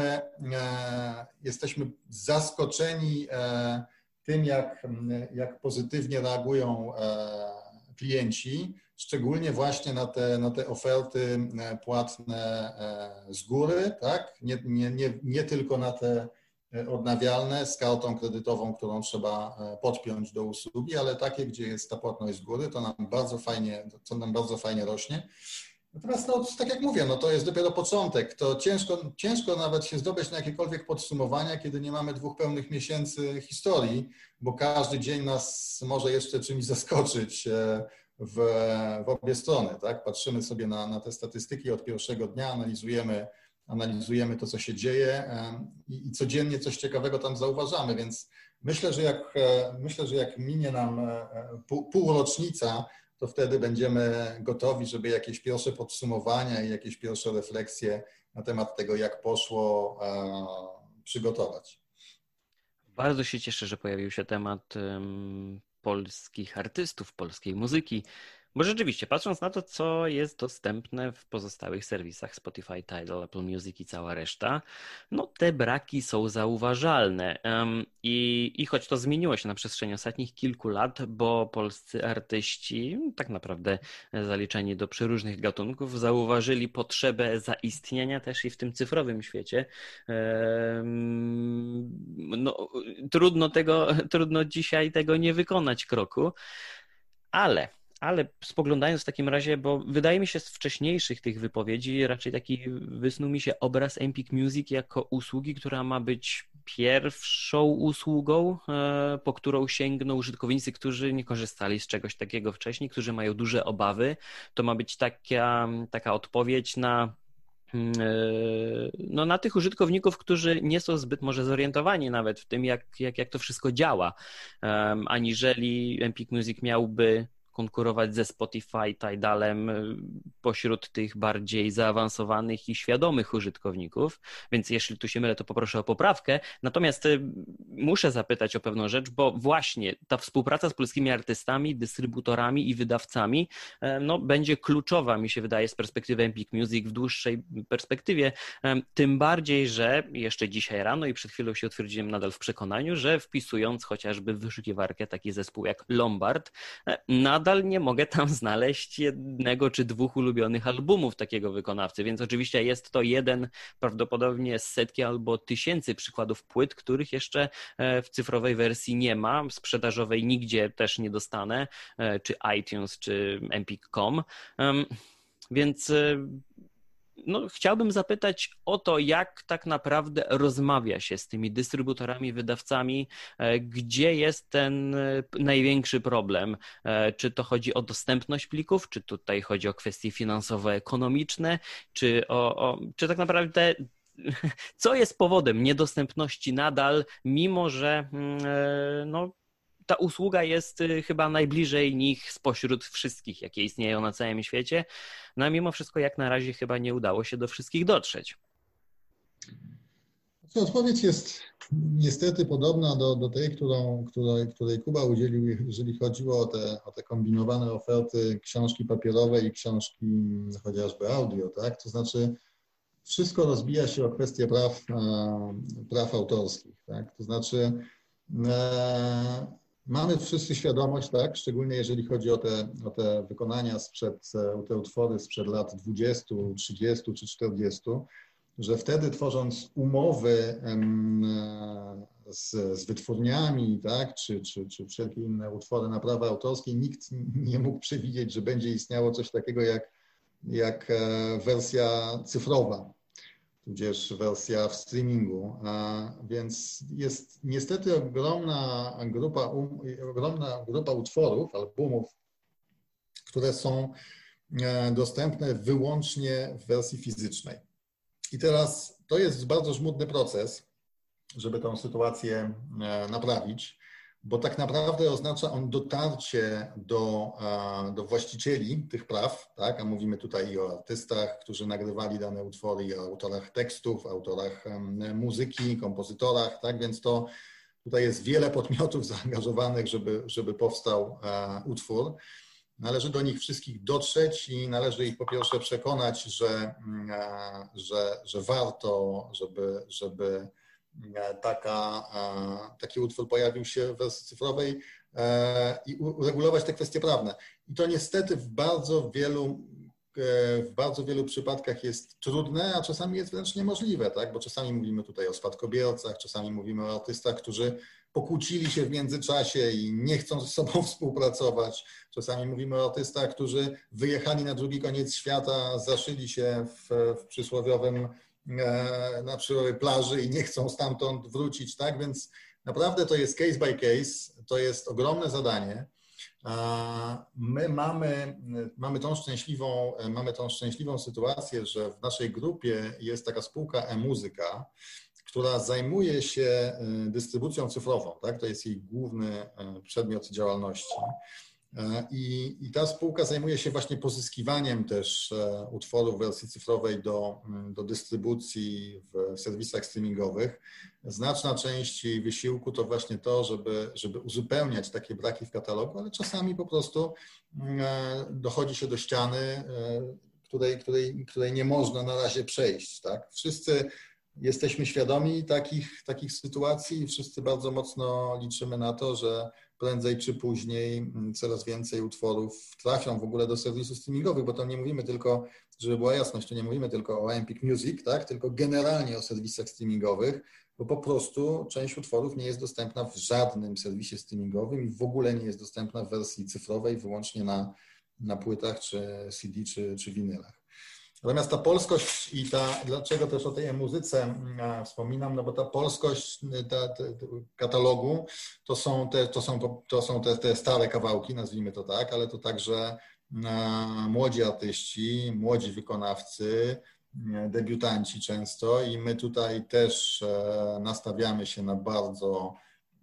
Jesteśmy zaskoczeni tym, jak pozytywnie reagują klienci, szczególnie właśnie na te oferty płatne z góry, tak? Nie tylko na te odnawialne z kartą kredytową, którą trzeba podpiąć do usługi, ale takie, gdzie jest ta płatność z góry, to nam bardzo fajnie rośnie. Natomiast tak jak mówię, to jest dopiero początek. To ciężko nawet się zdobyć na jakiekolwiek podsumowania, kiedy nie mamy 2 pełnych miesięcy historii, bo każdy dzień nas może jeszcze czymś zaskoczyć w obie strony. Tak? Patrzymy sobie na te statystyki od pierwszego dnia, analizujemy analizujemy to, co się dzieje i codziennie coś ciekawego tam zauważamy, więc myślę, że jak minie nam półrocznica, to wtedy będziemy gotowi, żeby jakieś pierwsze podsumowania i jakieś pierwsze refleksje na temat tego, jak poszło, przygotować. Bardzo się cieszę, że pojawił się temat polskich artystów, polskiej muzyki, bo rzeczywiście, patrząc na to, co jest dostępne w pozostałych serwisach Spotify, Tidal, Apple Music i cała reszta, no te braki są zauważalne. I choć to zmieniło się na przestrzeni ostatnich kilku lat, bo polscy artyści, tak naprawdę zaliczeni do przeróżnych gatunków, zauważyli potrzebę zaistnienia też i w tym cyfrowym świecie. No, trudno dzisiaj tego nie wykonać kroku, ale spoglądając w takim razie, bo wydaje mi się z wcześniejszych tych wypowiedzi raczej taki wysnuł mi się obraz Empik Music jako usługi, która ma być pierwszą usługą, po którą sięgną użytkownicy, którzy nie korzystali z czegoś takiego wcześniej, którzy mają duże obawy. To ma być taka odpowiedź na tych użytkowników, którzy nie są zbyt może zorientowani nawet w tym, jak to wszystko działa, aniżeli Empik Music miałby konkurować ze Spotify, Tidalem pośród tych bardziej zaawansowanych i świadomych użytkowników, więc jeśli tu się mylę, to poproszę o poprawkę. Natomiast muszę zapytać o pewną rzecz, bo właśnie ta współpraca z polskimi artystami, dystrybutorami i wydawcami no, będzie kluczowa, mi się wydaje, z perspektywy Empik Music w dłuższej perspektywie, tym bardziej, że jeszcze dzisiaj rano i przed chwilą się utwierdziłem nadal w przekonaniu, że wpisując chociażby w wyszukiwarkę taki zespół jak Lombard, nadal nie mogę tam znaleźć jednego czy dwóch ulubionych albumów takiego wykonawcy, więc oczywiście jest to jeden prawdopodobnie z setki albo tysięcy przykładów płyt, których jeszcze w cyfrowej wersji nie ma, sprzedażowej nigdzie też nie dostanę, czy iTunes, czy Empik.com, więc no, chciałbym zapytać o to, jak tak naprawdę rozmawia się z tymi dystrybutorami, wydawcami, gdzie jest ten największy problem? Czy to chodzi o dostępność plików, czy tutaj chodzi o kwestie finansowo-ekonomiczne, czy tak naprawdę co jest powodem niedostępności nadal, mimo że no, ta usługa jest chyba najbliżej nich spośród wszystkich, jakie istnieją na całym świecie, no a mimo wszystko jak na razie chyba nie udało się do wszystkich dotrzeć. Odpowiedź jest niestety podobna do tej, której Kuba udzielił, jeżeli chodziło o te kombinowane oferty książki papierowej i książki chociażby audio, tak? To znaczy wszystko rozbija się o kwestię praw autorskich, tak? To znaczy mamy wszyscy świadomość, tak, szczególnie jeżeli chodzi o te wykonania o te utwory sprzed lat 20, 30 czy 40, że wtedy tworząc umowy z wytwórniami, tak, czy wszelkie inne utwory na prawa autorskie, nikt nie mógł przewidzieć, że będzie istniało coś takiego jak wersja cyfrowa, tudzież wersja w streamingu, więc jest niestety ogromna grupa utworów, albumów, które są dostępne wyłącznie w wersji fizycznej. I teraz to jest bardzo żmudny proces, żeby tę sytuację naprawić, bo tak naprawdę oznacza on dotarcie do właścicieli tych praw, tak? A mówimy tutaj i o artystach, którzy nagrywali dane utwory, i o autorach tekstów, autorach muzyki, kompozytorach, tak? Więc to tutaj jest wiele podmiotów zaangażowanych, żeby powstał utwór. Należy do nich wszystkich dotrzeć i należy ich po pierwsze przekonać, że warto, żeby taki utwór pojawił się w wersji cyfrowej i uregulować te kwestie prawne. I to niestety w bardzo wielu przypadkach jest trudne, a czasami jest wręcz niemożliwe, tak? Bo czasami mówimy tutaj o spadkobiercach, czasami mówimy o artystach, którzy pokłócili się w międzyczasie i nie chcą ze sobą współpracować. Czasami mówimy o artystach, którzy wyjechali na drugi koniec świata, zaszyli się w przysłowiowym na przykład plaży i nie chcą stamtąd wrócić, tak? Więc naprawdę to jest case by case, to jest ogromne zadanie, My mamy tą szczęśliwą sytuację, że w naszej grupie jest taka spółka e-Muzyka, która zajmuje się dystrybucją cyfrową, tak? To jest jej główny przedmiot działalności. I ta spółka zajmuje się właśnie pozyskiwaniem też utworów w wersji cyfrowej do dystrybucji w serwisach streamingowych. Znaczna część jej wysiłku to właśnie to, żeby uzupełniać takie braki w katalogu, ale czasami po prostu dochodzi się do ściany, której nie można na razie przejść. Tak? Wszyscy jesteśmy świadomi takich sytuacji i wszyscy bardzo mocno liczymy na to, że prędzej czy później coraz więcej utworów trafią w ogóle do serwisów streamingowych, bo tam nie mówimy tylko, żeby była jasność, to nie mówimy tylko o Empik Music, tak? Tylko generalnie o serwisach streamingowych, bo po prostu część utworów nie jest dostępna w żadnym serwisie streamingowym i w ogóle nie jest dostępna w wersji cyfrowej, wyłącznie na płytach, czy CD, czy winylach. Natomiast ta polskość dlaczego też o tej muzyce wspominam, no bo ta polskość katalogu to są te stare kawałki, nazwijmy to tak, ale to także młodzi artyści, młodzi wykonawcy, debiutanci często i my tutaj też nastawiamy się na bardzo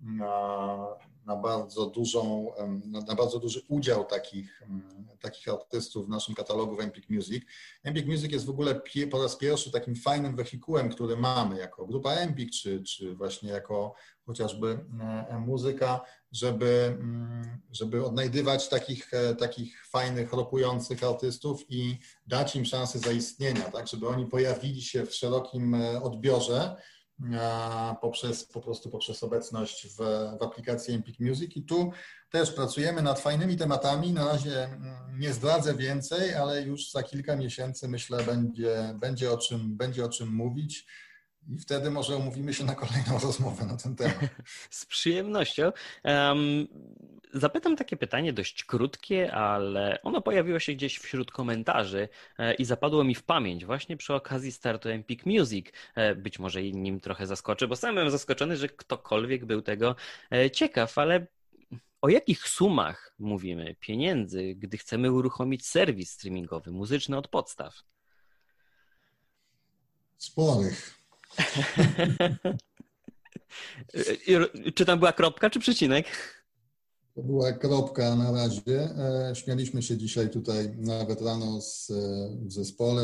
duży udział takich artystów w naszym katalogu w Empik Music. Empik Music jest w ogóle po raz pierwszy takim fajnym wehikułem, który mamy jako grupa Empik, czy właśnie jako chociażby muzyka, żeby odnajdywać takich fajnych, rokujących artystów i dać im szansę zaistnienia, tak, żeby oni pojawili się w szerokim odbiorze, poprzez obecność w aplikacji Empik Music i tu też pracujemy nad fajnymi tematami. Na razie nie zdradzę więcej, ale już za kilka miesięcy myślę będzie o czym mówić i wtedy może umówimy się na kolejną rozmowę na ten temat. Z przyjemnością. Zapytam takie pytanie dość krótkie, ale ono pojawiło się gdzieś wśród komentarzy i zapadło mi w pamięć właśnie przy okazji startu Empik Music. Być może nim trochę zaskoczę, bo sam byłem zaskoczony, że ktokolwiek był tego ciekaw, ale o jakich sumach mówimy pieniędzy, gdy chcemy uruchomić serwis streamingowy, muzyczny od podstaw? Sporych. Czy tam była kropka, czy przecinek? To była kropka na razie. Śmialiśmy się dzisiaj tutaj nawet rano w zespole,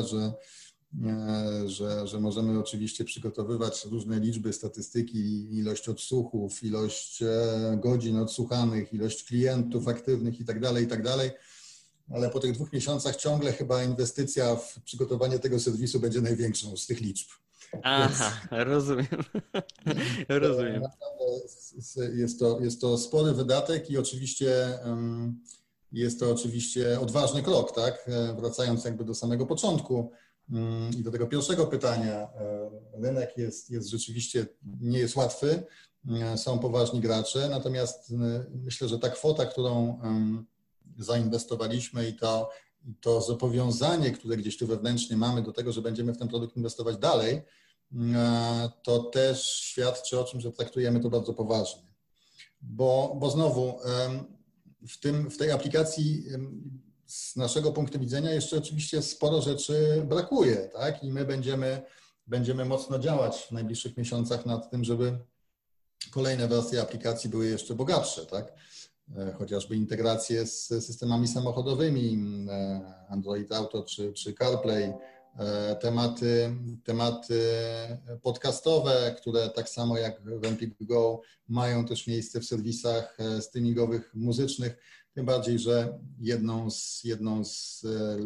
że możemy oczywiście przygotowywać różne liczby, statystyki, ilość odsłuchów, ilość godzin odsłuchanych, ilość klientów aktywnych i tak dalej, ale po tych 2 miesiącach ciągle chyba inwestycja w przygotowanie tego serwisu będzie największą z tych liczb. Aha, rozumiem. Rozumiem. Jest to spory wydatek i oczywiście jest to oczywiście odważny krok, tak? Wracając jakby do samego początku i do tego pierwszego pytania, rynek jest rzeczywiście nie jest łatwy, są poważni gracze, natomiast myślę, że ta kwota, którą zainwestowaliśmy i to zobowiązanie, które gdzieś tu wewnętrznie mamy do tego, że będziemy w ten produkt inwestować dalej, to też świadczy o tym, że traktujemy to bardzo poważnie. Bo znowu w tej aplikacji z naszego punktu widzenia jeszcze oczywiście sporo rzeczy brakuje, tak? I my będziemy mocno działać w najbliższych miesiącach nad tym, żeby kolejne wersje aplikacji były jeszcze bogatsze, tak? Chociażby integracje z systemami samochodowymi, Android Auto czy CarPlay, tematy podcastowe, które tak samo jak w Empik Go mają też miejsce w serwisach streamingowych muzycznych, tym bardziej, że jedną z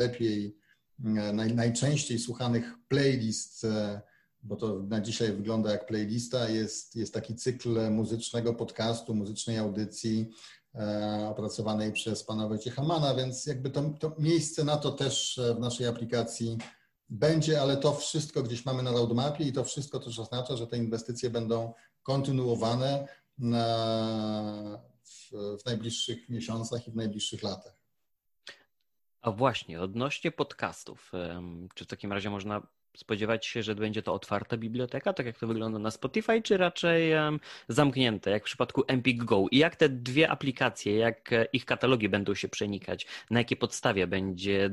najczęściej słuchanych playlist, bo to na dzisiaj wygląda jak playlista, jest taki cykl muzycznego podcastu, muzycznej audycji opracowanej przez pana Wojciecha Mana, więc jakby to miejsce na to też w naszej aplikacji będzie, ale to wszystko gdzieś mamy na roadmapie i to wszystko też oznacza, że te inwestycje będą kontynuowane w najbliższych miesiącach i w najbliższych latach. A właśnie, odnośnie podcastów, czy w takim razie można spodziewać się, że będzie to otwarta biblioteka, tak jak to wygląda na Spotify, czy raczej zamknięte, jak w przypadku Empik Go? I jak te dwie aplikacje, jak ich katalogi będą się przenikać? Na jakiej podstawie będzie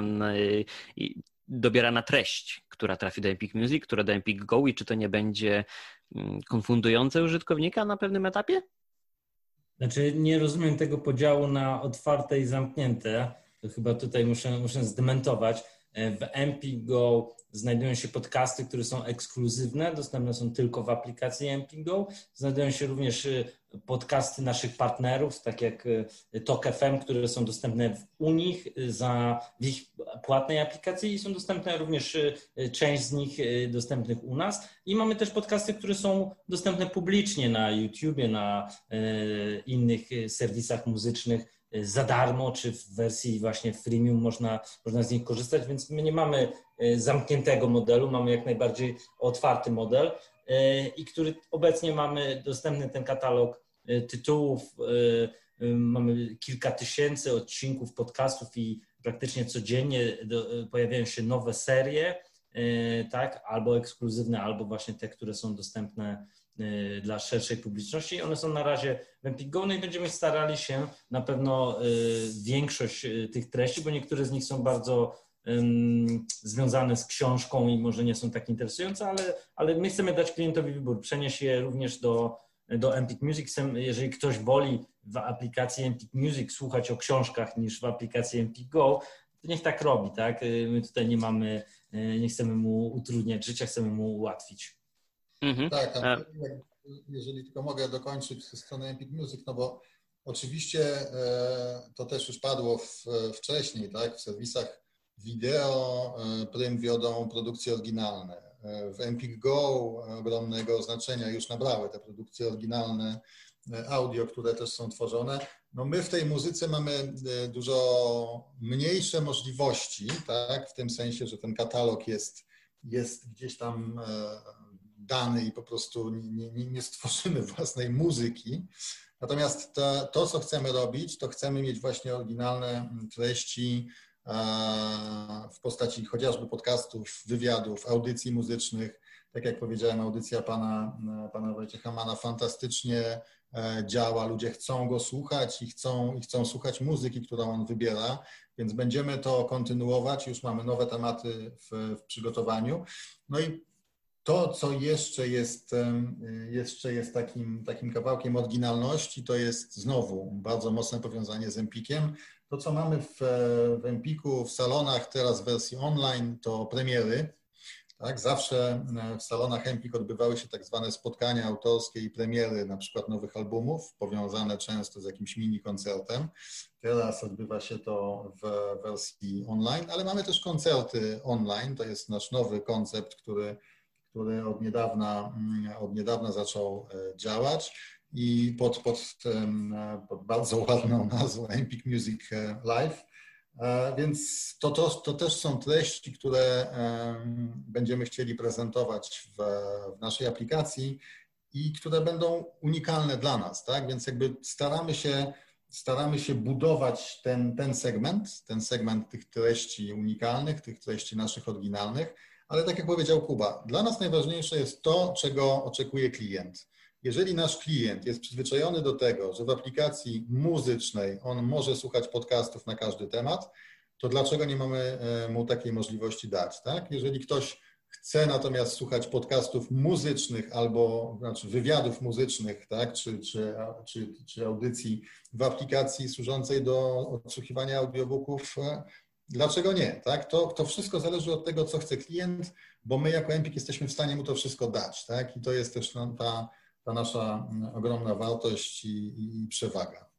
dobierana treść, która trafi do Empik Music, która do Empik Go i czy to nie będzie konfundujące użytkownika na pewnym etapie? Znaczy nie rozumiem tego podziału na otwarte i zamknięte. To chyba tutaj muszę zdementować. W Empik Go znajdują się podcasty, które są ekskluzywne, dostępne są tylko w aplikacji Empik Go. Znajdują się również podcasty naszych partnerów, tak jak Tok FM, które są dostępne u nich w ich płatnej aplikacji i są dostępne również część z nich dostępnych u nas. I mamy też podcasty, które są dostępne publicznie na YouTubie, na innych serwisach muzycznych za darmo, czy w wersji właśnie freemium można z nich korzystać, więc my nie mamy zamkniętego modelu, mamy jak najbardziej otwarty model i który obecnie mamy dostępny ten katalog tytułów, mamy kilka tysięcy odcinków podcastów i praktycznie codziennie pojawiają się nowe serie, tak, albo ekskluzywne, albo właśnie te, które są dostępne dla szerszej publiczności. One są na razie w Empik Go, no i będziemy starali się na pewno większość tych treści, bo niektóre z nich są bardzo związane z książką i może nie są tak interesujące, ale my chcemy dać klientowi wybór, przenieść je również do Empik Music. Jeżeli ktoś woli w aplikacji Empik Music słuchać o książkach niż w aplikacji Empik Go, to niech tak robi, tak? My tutaj nie chcemy mu utrudniać życia, chcemy mu ułatwić. Tak, a jeżeli tylko mogę dokończyć ze strony Empik Music, no bo oczywiście to też już padło wcześniej, tak? W serwisach wideo prym wiodą produkcje oryginalne. W Empik Go ogromnego znaczenia już nabrały te produkcje oryginalne audio, które też są tworzone. No my w tej muzyce mamy dużo mniejsze możliwości, tak? W tym sensie, że ten katalog jest gdzieś tam dany i po prostu nie stworzymy własnej muzyki. Natomiast to, co chcemy robić, to chcemy mieć właśnie oryginalne treści w postaci chociażby podcastów, wywiadów, audycji muzycznych. Tak jak powiedziałem, audycja pana Wojciecha Mana fantastycznie działa. Ludzie chcą go słuchać i chcą słuchać muzyki, którą on wybiera, więc będziemy to kontynuować. Już mamy nowe tematy w przygotowaniu. No i to, co jeszcze jest takim kawałkiem oryginalności, to jest znowu bardzo mocne powiązanie z Empikiem. To, co mamy w Empiku, w salonach teraz w wersji online, to premiery. Tak? Zawsze w salonach Empik odbywały się tak zwane spotkania autorskie i premiery na przykład nowych albumów, powiązane często z jakimś mini koncertem. Teraz odbywa się to w wersji online, ale mamy też koncerty online. To jest nasz nowy koncept, który od niedawna zaczął działać i pod bardzo ładną nazwą Empik Music Live. Więc to też są treści, które będziemy chcieli prezentować w naszej aplikacji i które będą unikalne dla nas, tak? Więc jakby staramy się budować ten segment tych treści unikalnych, tych treści naszych oryginalnych, ale tak jak powiedział Kuba, dla nas najważniejsze jest to, czego oczekuje klient. Jeżeli nasz klient jest przyzwyczajony do tego, że w aplikacji muzycznej on może słuchać podcastów na każdy temat, to dlaczego nie mamy mu takiej możliwości dać, tak? Jeżeli ktoś chce natomiast słuchać podcastów muzycznych albo wywiadów muzycznych, tak? czy audycji w aplikacji służącej do odsłuchiwania audiobooków, dlaczego nie? Tak? To wszystko zależy od tego, co chce klient, bo my jako Empik jesteśmy w stanie mu to wszystko dać. Tak? I to jest też ta nasza ogromna wartość i przewaga.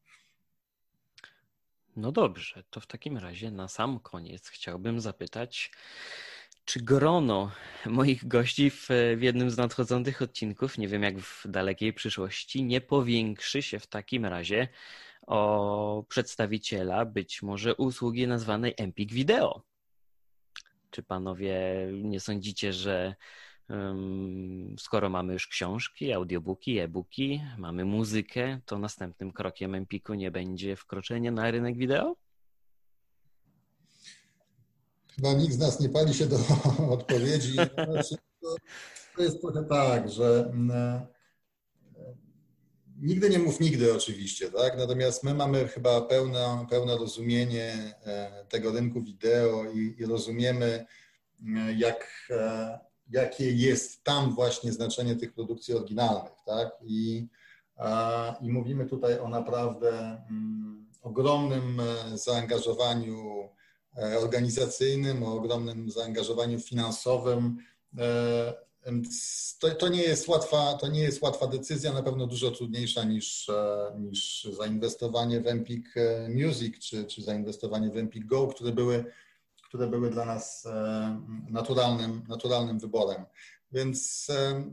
No dobrze, to w takim razie na sam koniec chciałbym zapytać, czy grono moich gości w jednym z nadchodzących odcinków, nie wiem jak w dalekiej przyszłości, nie powiększy się w takim razie o przedstawiciela być może usługi nazwanej Empik Video? Czy panowie nie sądzicie, że skoro mamy już książki, audiobooki, e-booki, mamy muzykę, to następnym krokiem Empiku nie będzie wkroczenie na rynek wideo? Chyba nikt z nas nie pali się do odpowiedzi. Znaczy, to jest trochę tak, że nigdy nie mów nigdy oczywiście, tak? Natomiast my mamy chyba pełne rozumienie tego rynku wideo i rozumiemy, jakie jest tam właśnie znaczenie tych produkcji oryginalnych, tak? I mówimy tutaj o naprawdę ogromnym zaangażowaniu organizacyjnym, o ogromnym zaangażowaniu finansowym. To nie jest łatwa decyzja, na pewno dużo trudniejsza niż zainwestowanie w Empik Music czy zainwestowanie w Empik Go, które były dla nas naturalnym wyborem. Więc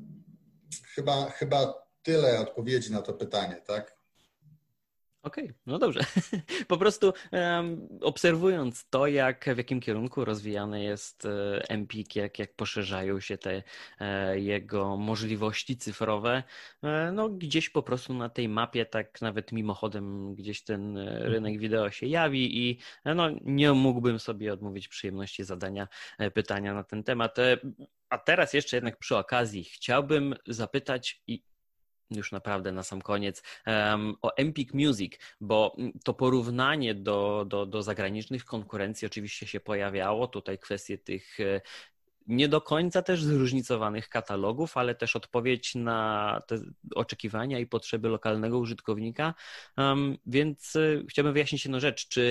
chyba tyle odpowiedzi na to pytanie, tak? Okej, no dobrze. Po prostu obserwując to, w jakim kierunku rozwijany jest Empik, jak poszerzają się te jego możliwości cyfrowe, no gdzieś po prostu na tej mapie, tak nawet mimochodem gdzieś ten rynek wideo się jawi i no nie mógłbym sobie odmówić przyjemności zadania pytania na ten temat. A teraz jeszcze jednak przy okazji chciałbym zapytać już naprawdę na sam koniec, o Empik Music, bo to porównanie do zagranicznych konkurencji oczywiście się pojawiało. Tutaj kwestie tych nie do końca też zróżnicowanych katalogów, ale też odpowiedź na te oczekiwania i potrzeby lokalnego użytkownika. Więc chciałbym wyjaśnić jedną rzecz, czy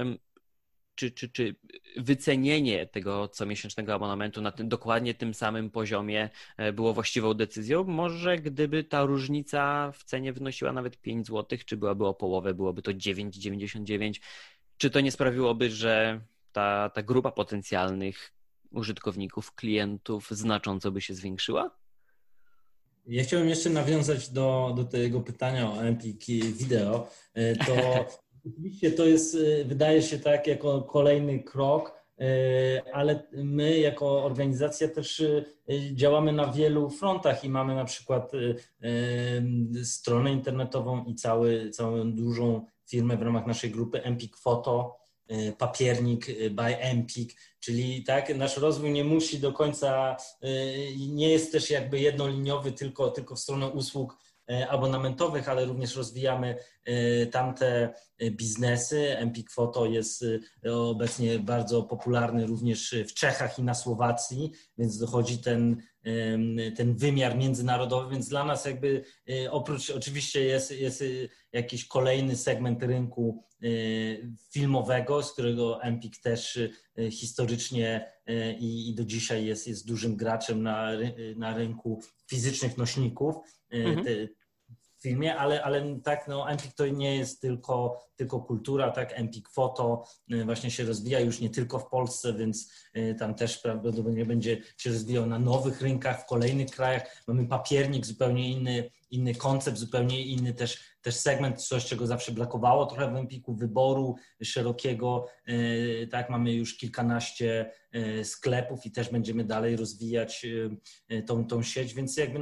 wycenienie tego comiesięcznego abonamentu na dokładnie tym samym poziomie było właściwą decyzją? Może gdyby ta różnica w cenie wynosiła nawet 5 zł, czy byłaby o połowę, byłoby to 9,99, czy to nie sprawiłoby, że ta grupa potencjalnych użytkowników, klientów znacząco by się zwiększyła? Ja chciałem jeszcze nawiązać do tego pytania o Empik Video. To oczywiście to jest, wydaje się tak, jako kolejny krok, ale my jako organizacja też działamy na wielu frontach i mamy na przykład stronę internetową i całą dużą firmę w ramach naszej grupy Empik Photo, papiernik by Empik, czyli tak, nasz rozwój nie musi do końca, nie jest też jakby jednoliniowy tylko w stronę usług abonamentowych, ale również rozwijamy tamte biznesy. Empik Photo jest obecnie bardzo popularny również w Czechach i na Słowacji, więc dochodzi ten wymiar międzynarodowy, więc dla nas jakby oprócz oczywiście jest jakiś kolejny segment rynku filmowego, z którego Empik też historycznie i do dzisiaj jest dużym graczem na rynku fizycznych nośników w filmie, ale tak, no Empik to nie jest tylko kultura, tak, Empik Photo właśnie się rozwija już nie tylko w Polsce, więc tam też prawdopodobnie będzie się rozwijał na nowych rynkach, w kolejnych krajach. Mamy papiernik, zupełnie inny koncept, zupełnie inny też segment, coś czego zawsze brakowało trochę w Empiku, wyboru szerokiego, tak, mamy już kilkanaście sklepów i też będziemy dalej rozwijać tą sieć, więc jakby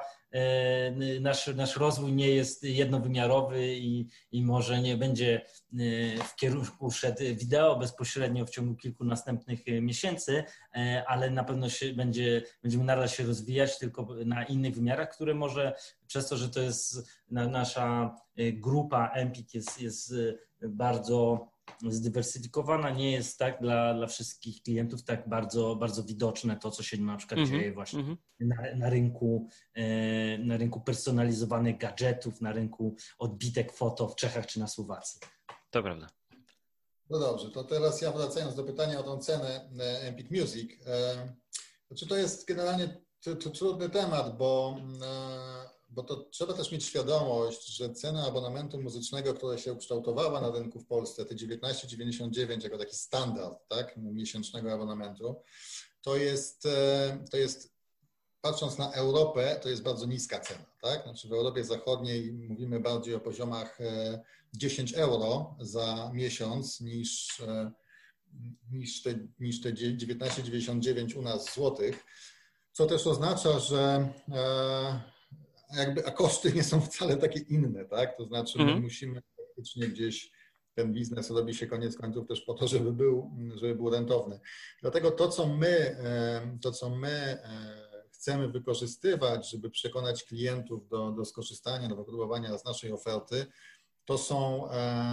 nasz rozwój nie jest jednowymiarowy i może nie będzie w kierunku szedł wideo bezpośrednio w ciągu kilku następnych miesięcy, ale na pewno będziemy nadal się rozwijać, tylko na innych wymiarach, które może przez to, że to jest nasza grupa Empik jest bardzo zdywersyfikowana, nie jest tak dla wszystkich klientów tak bardzo widoczne to, co się na przykład dzieje właśnie na rynku personalizowanych gadżetów, na rynku odbitek foto w Czechach czy na Słowacji. To prawda. No dobrze, to teraz ja wracając do pytania o tą cenę Empik Music. Znaczy to jest generalnie to trudny temat, bo to trzeba też mieć świadomość, że cena abonamentu muzycznego, która się ukształtowała na rynku w Polsce, te 19,99 jako taki standard, tak, miesięcznego abonamentu, to jest patrząc na Europę, to jest bardzo niska cena, tak? Znaczy w Europie Zachodniej mówimy bardziej o poziomach 10 euro za miesiąc niż te 19,99 u nas złotych, co też oznacza, że a koszty nie są wcale takie inne, tak? To znaczy my musimy faktycznie gdzieś ten biznes robi się koniec końców też po to, żeby był rentowny. Dlatego to, co my chcemy wykorzystywać, żeby przekonać klientów do skorzystania, do wypróbowania z naszej oferty, to są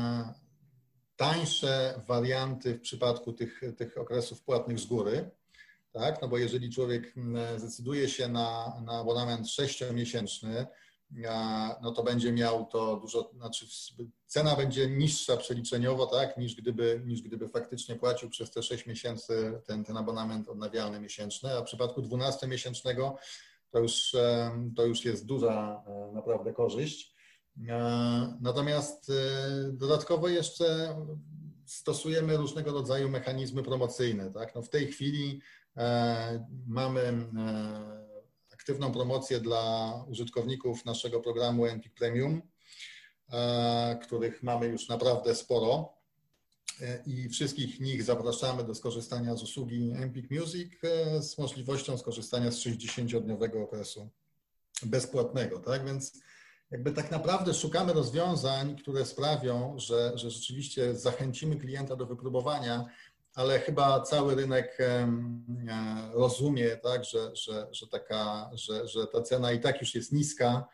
tańsze warianty w przypadku tych okresów płatnych z góry. Tak? No bo jeżeli człowiek zdecyduje się na abonament 6-miesięczny, no to będzie miał to dużo, znaczy cena będzie niższa przeliczeniowo, tak, niż gdyby faktycznie płacił przez te 6 miesięcy ten abonament odnawialny miesięczny, a w przypadku 12-miesięcznego to już jest duża naprawdę korzyść. Natomiast dodatkowo jeszcze stosujemy różnego rodzaju mechanizmy promocyjne, tak. No w tej chwili mamy aktywną promocję dla użytkowników naszego programu Empik Premium, których mamy już naprawdę sporo i wszystkich nich zapraszamy do skorzystania z usługi Empik Music z możliwością skorzystania z 60-dniowego okresu bezpłatnego, tak? Więc jakby tak naprawdę szukamy rozwiązań, które sprawią, że rzeczywiście zachęcimy klienta do wypróbowania, ale chyba cały rynek rozumie, tak, że ta cena i tak już jest niska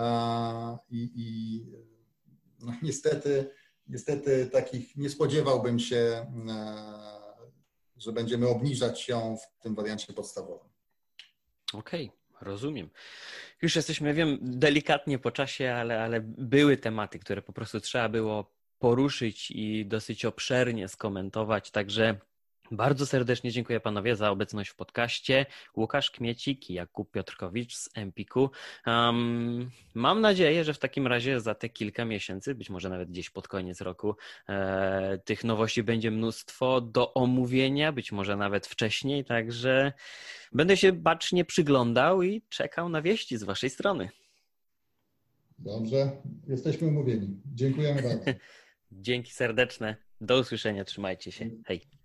i no niestety takich nie spodziewałbym się, że będziemy obniżać ją w tym wariancie podstawowym. Okej, rozumiem. Już jesteśmy, wiem, delikatnie po czasie, ale były tematy, które po prostu trzeba było poruszyć i dosyć obszernie skomentować, także bardzo serdecznie dziękuję panowie za obecność w podcaście. Łukasz Kmiecik i Jakub Piotrkowicz z Empiku. Mam nadzieję, że w takim razie za te kilka miesięcy, być może nawet gdzieś pod koniec roku, tych nowości będzie mnóstwo do omówienia, być może nawet wcześniej, także będę się bacznie przyglądał i czekał na wieści z waszej strony. Dobrze, jesteśmy umówieni. Dziękujemy bardzo. Dzięki serdeczne. Do usłyszenia. Trzymajcie się. Hej.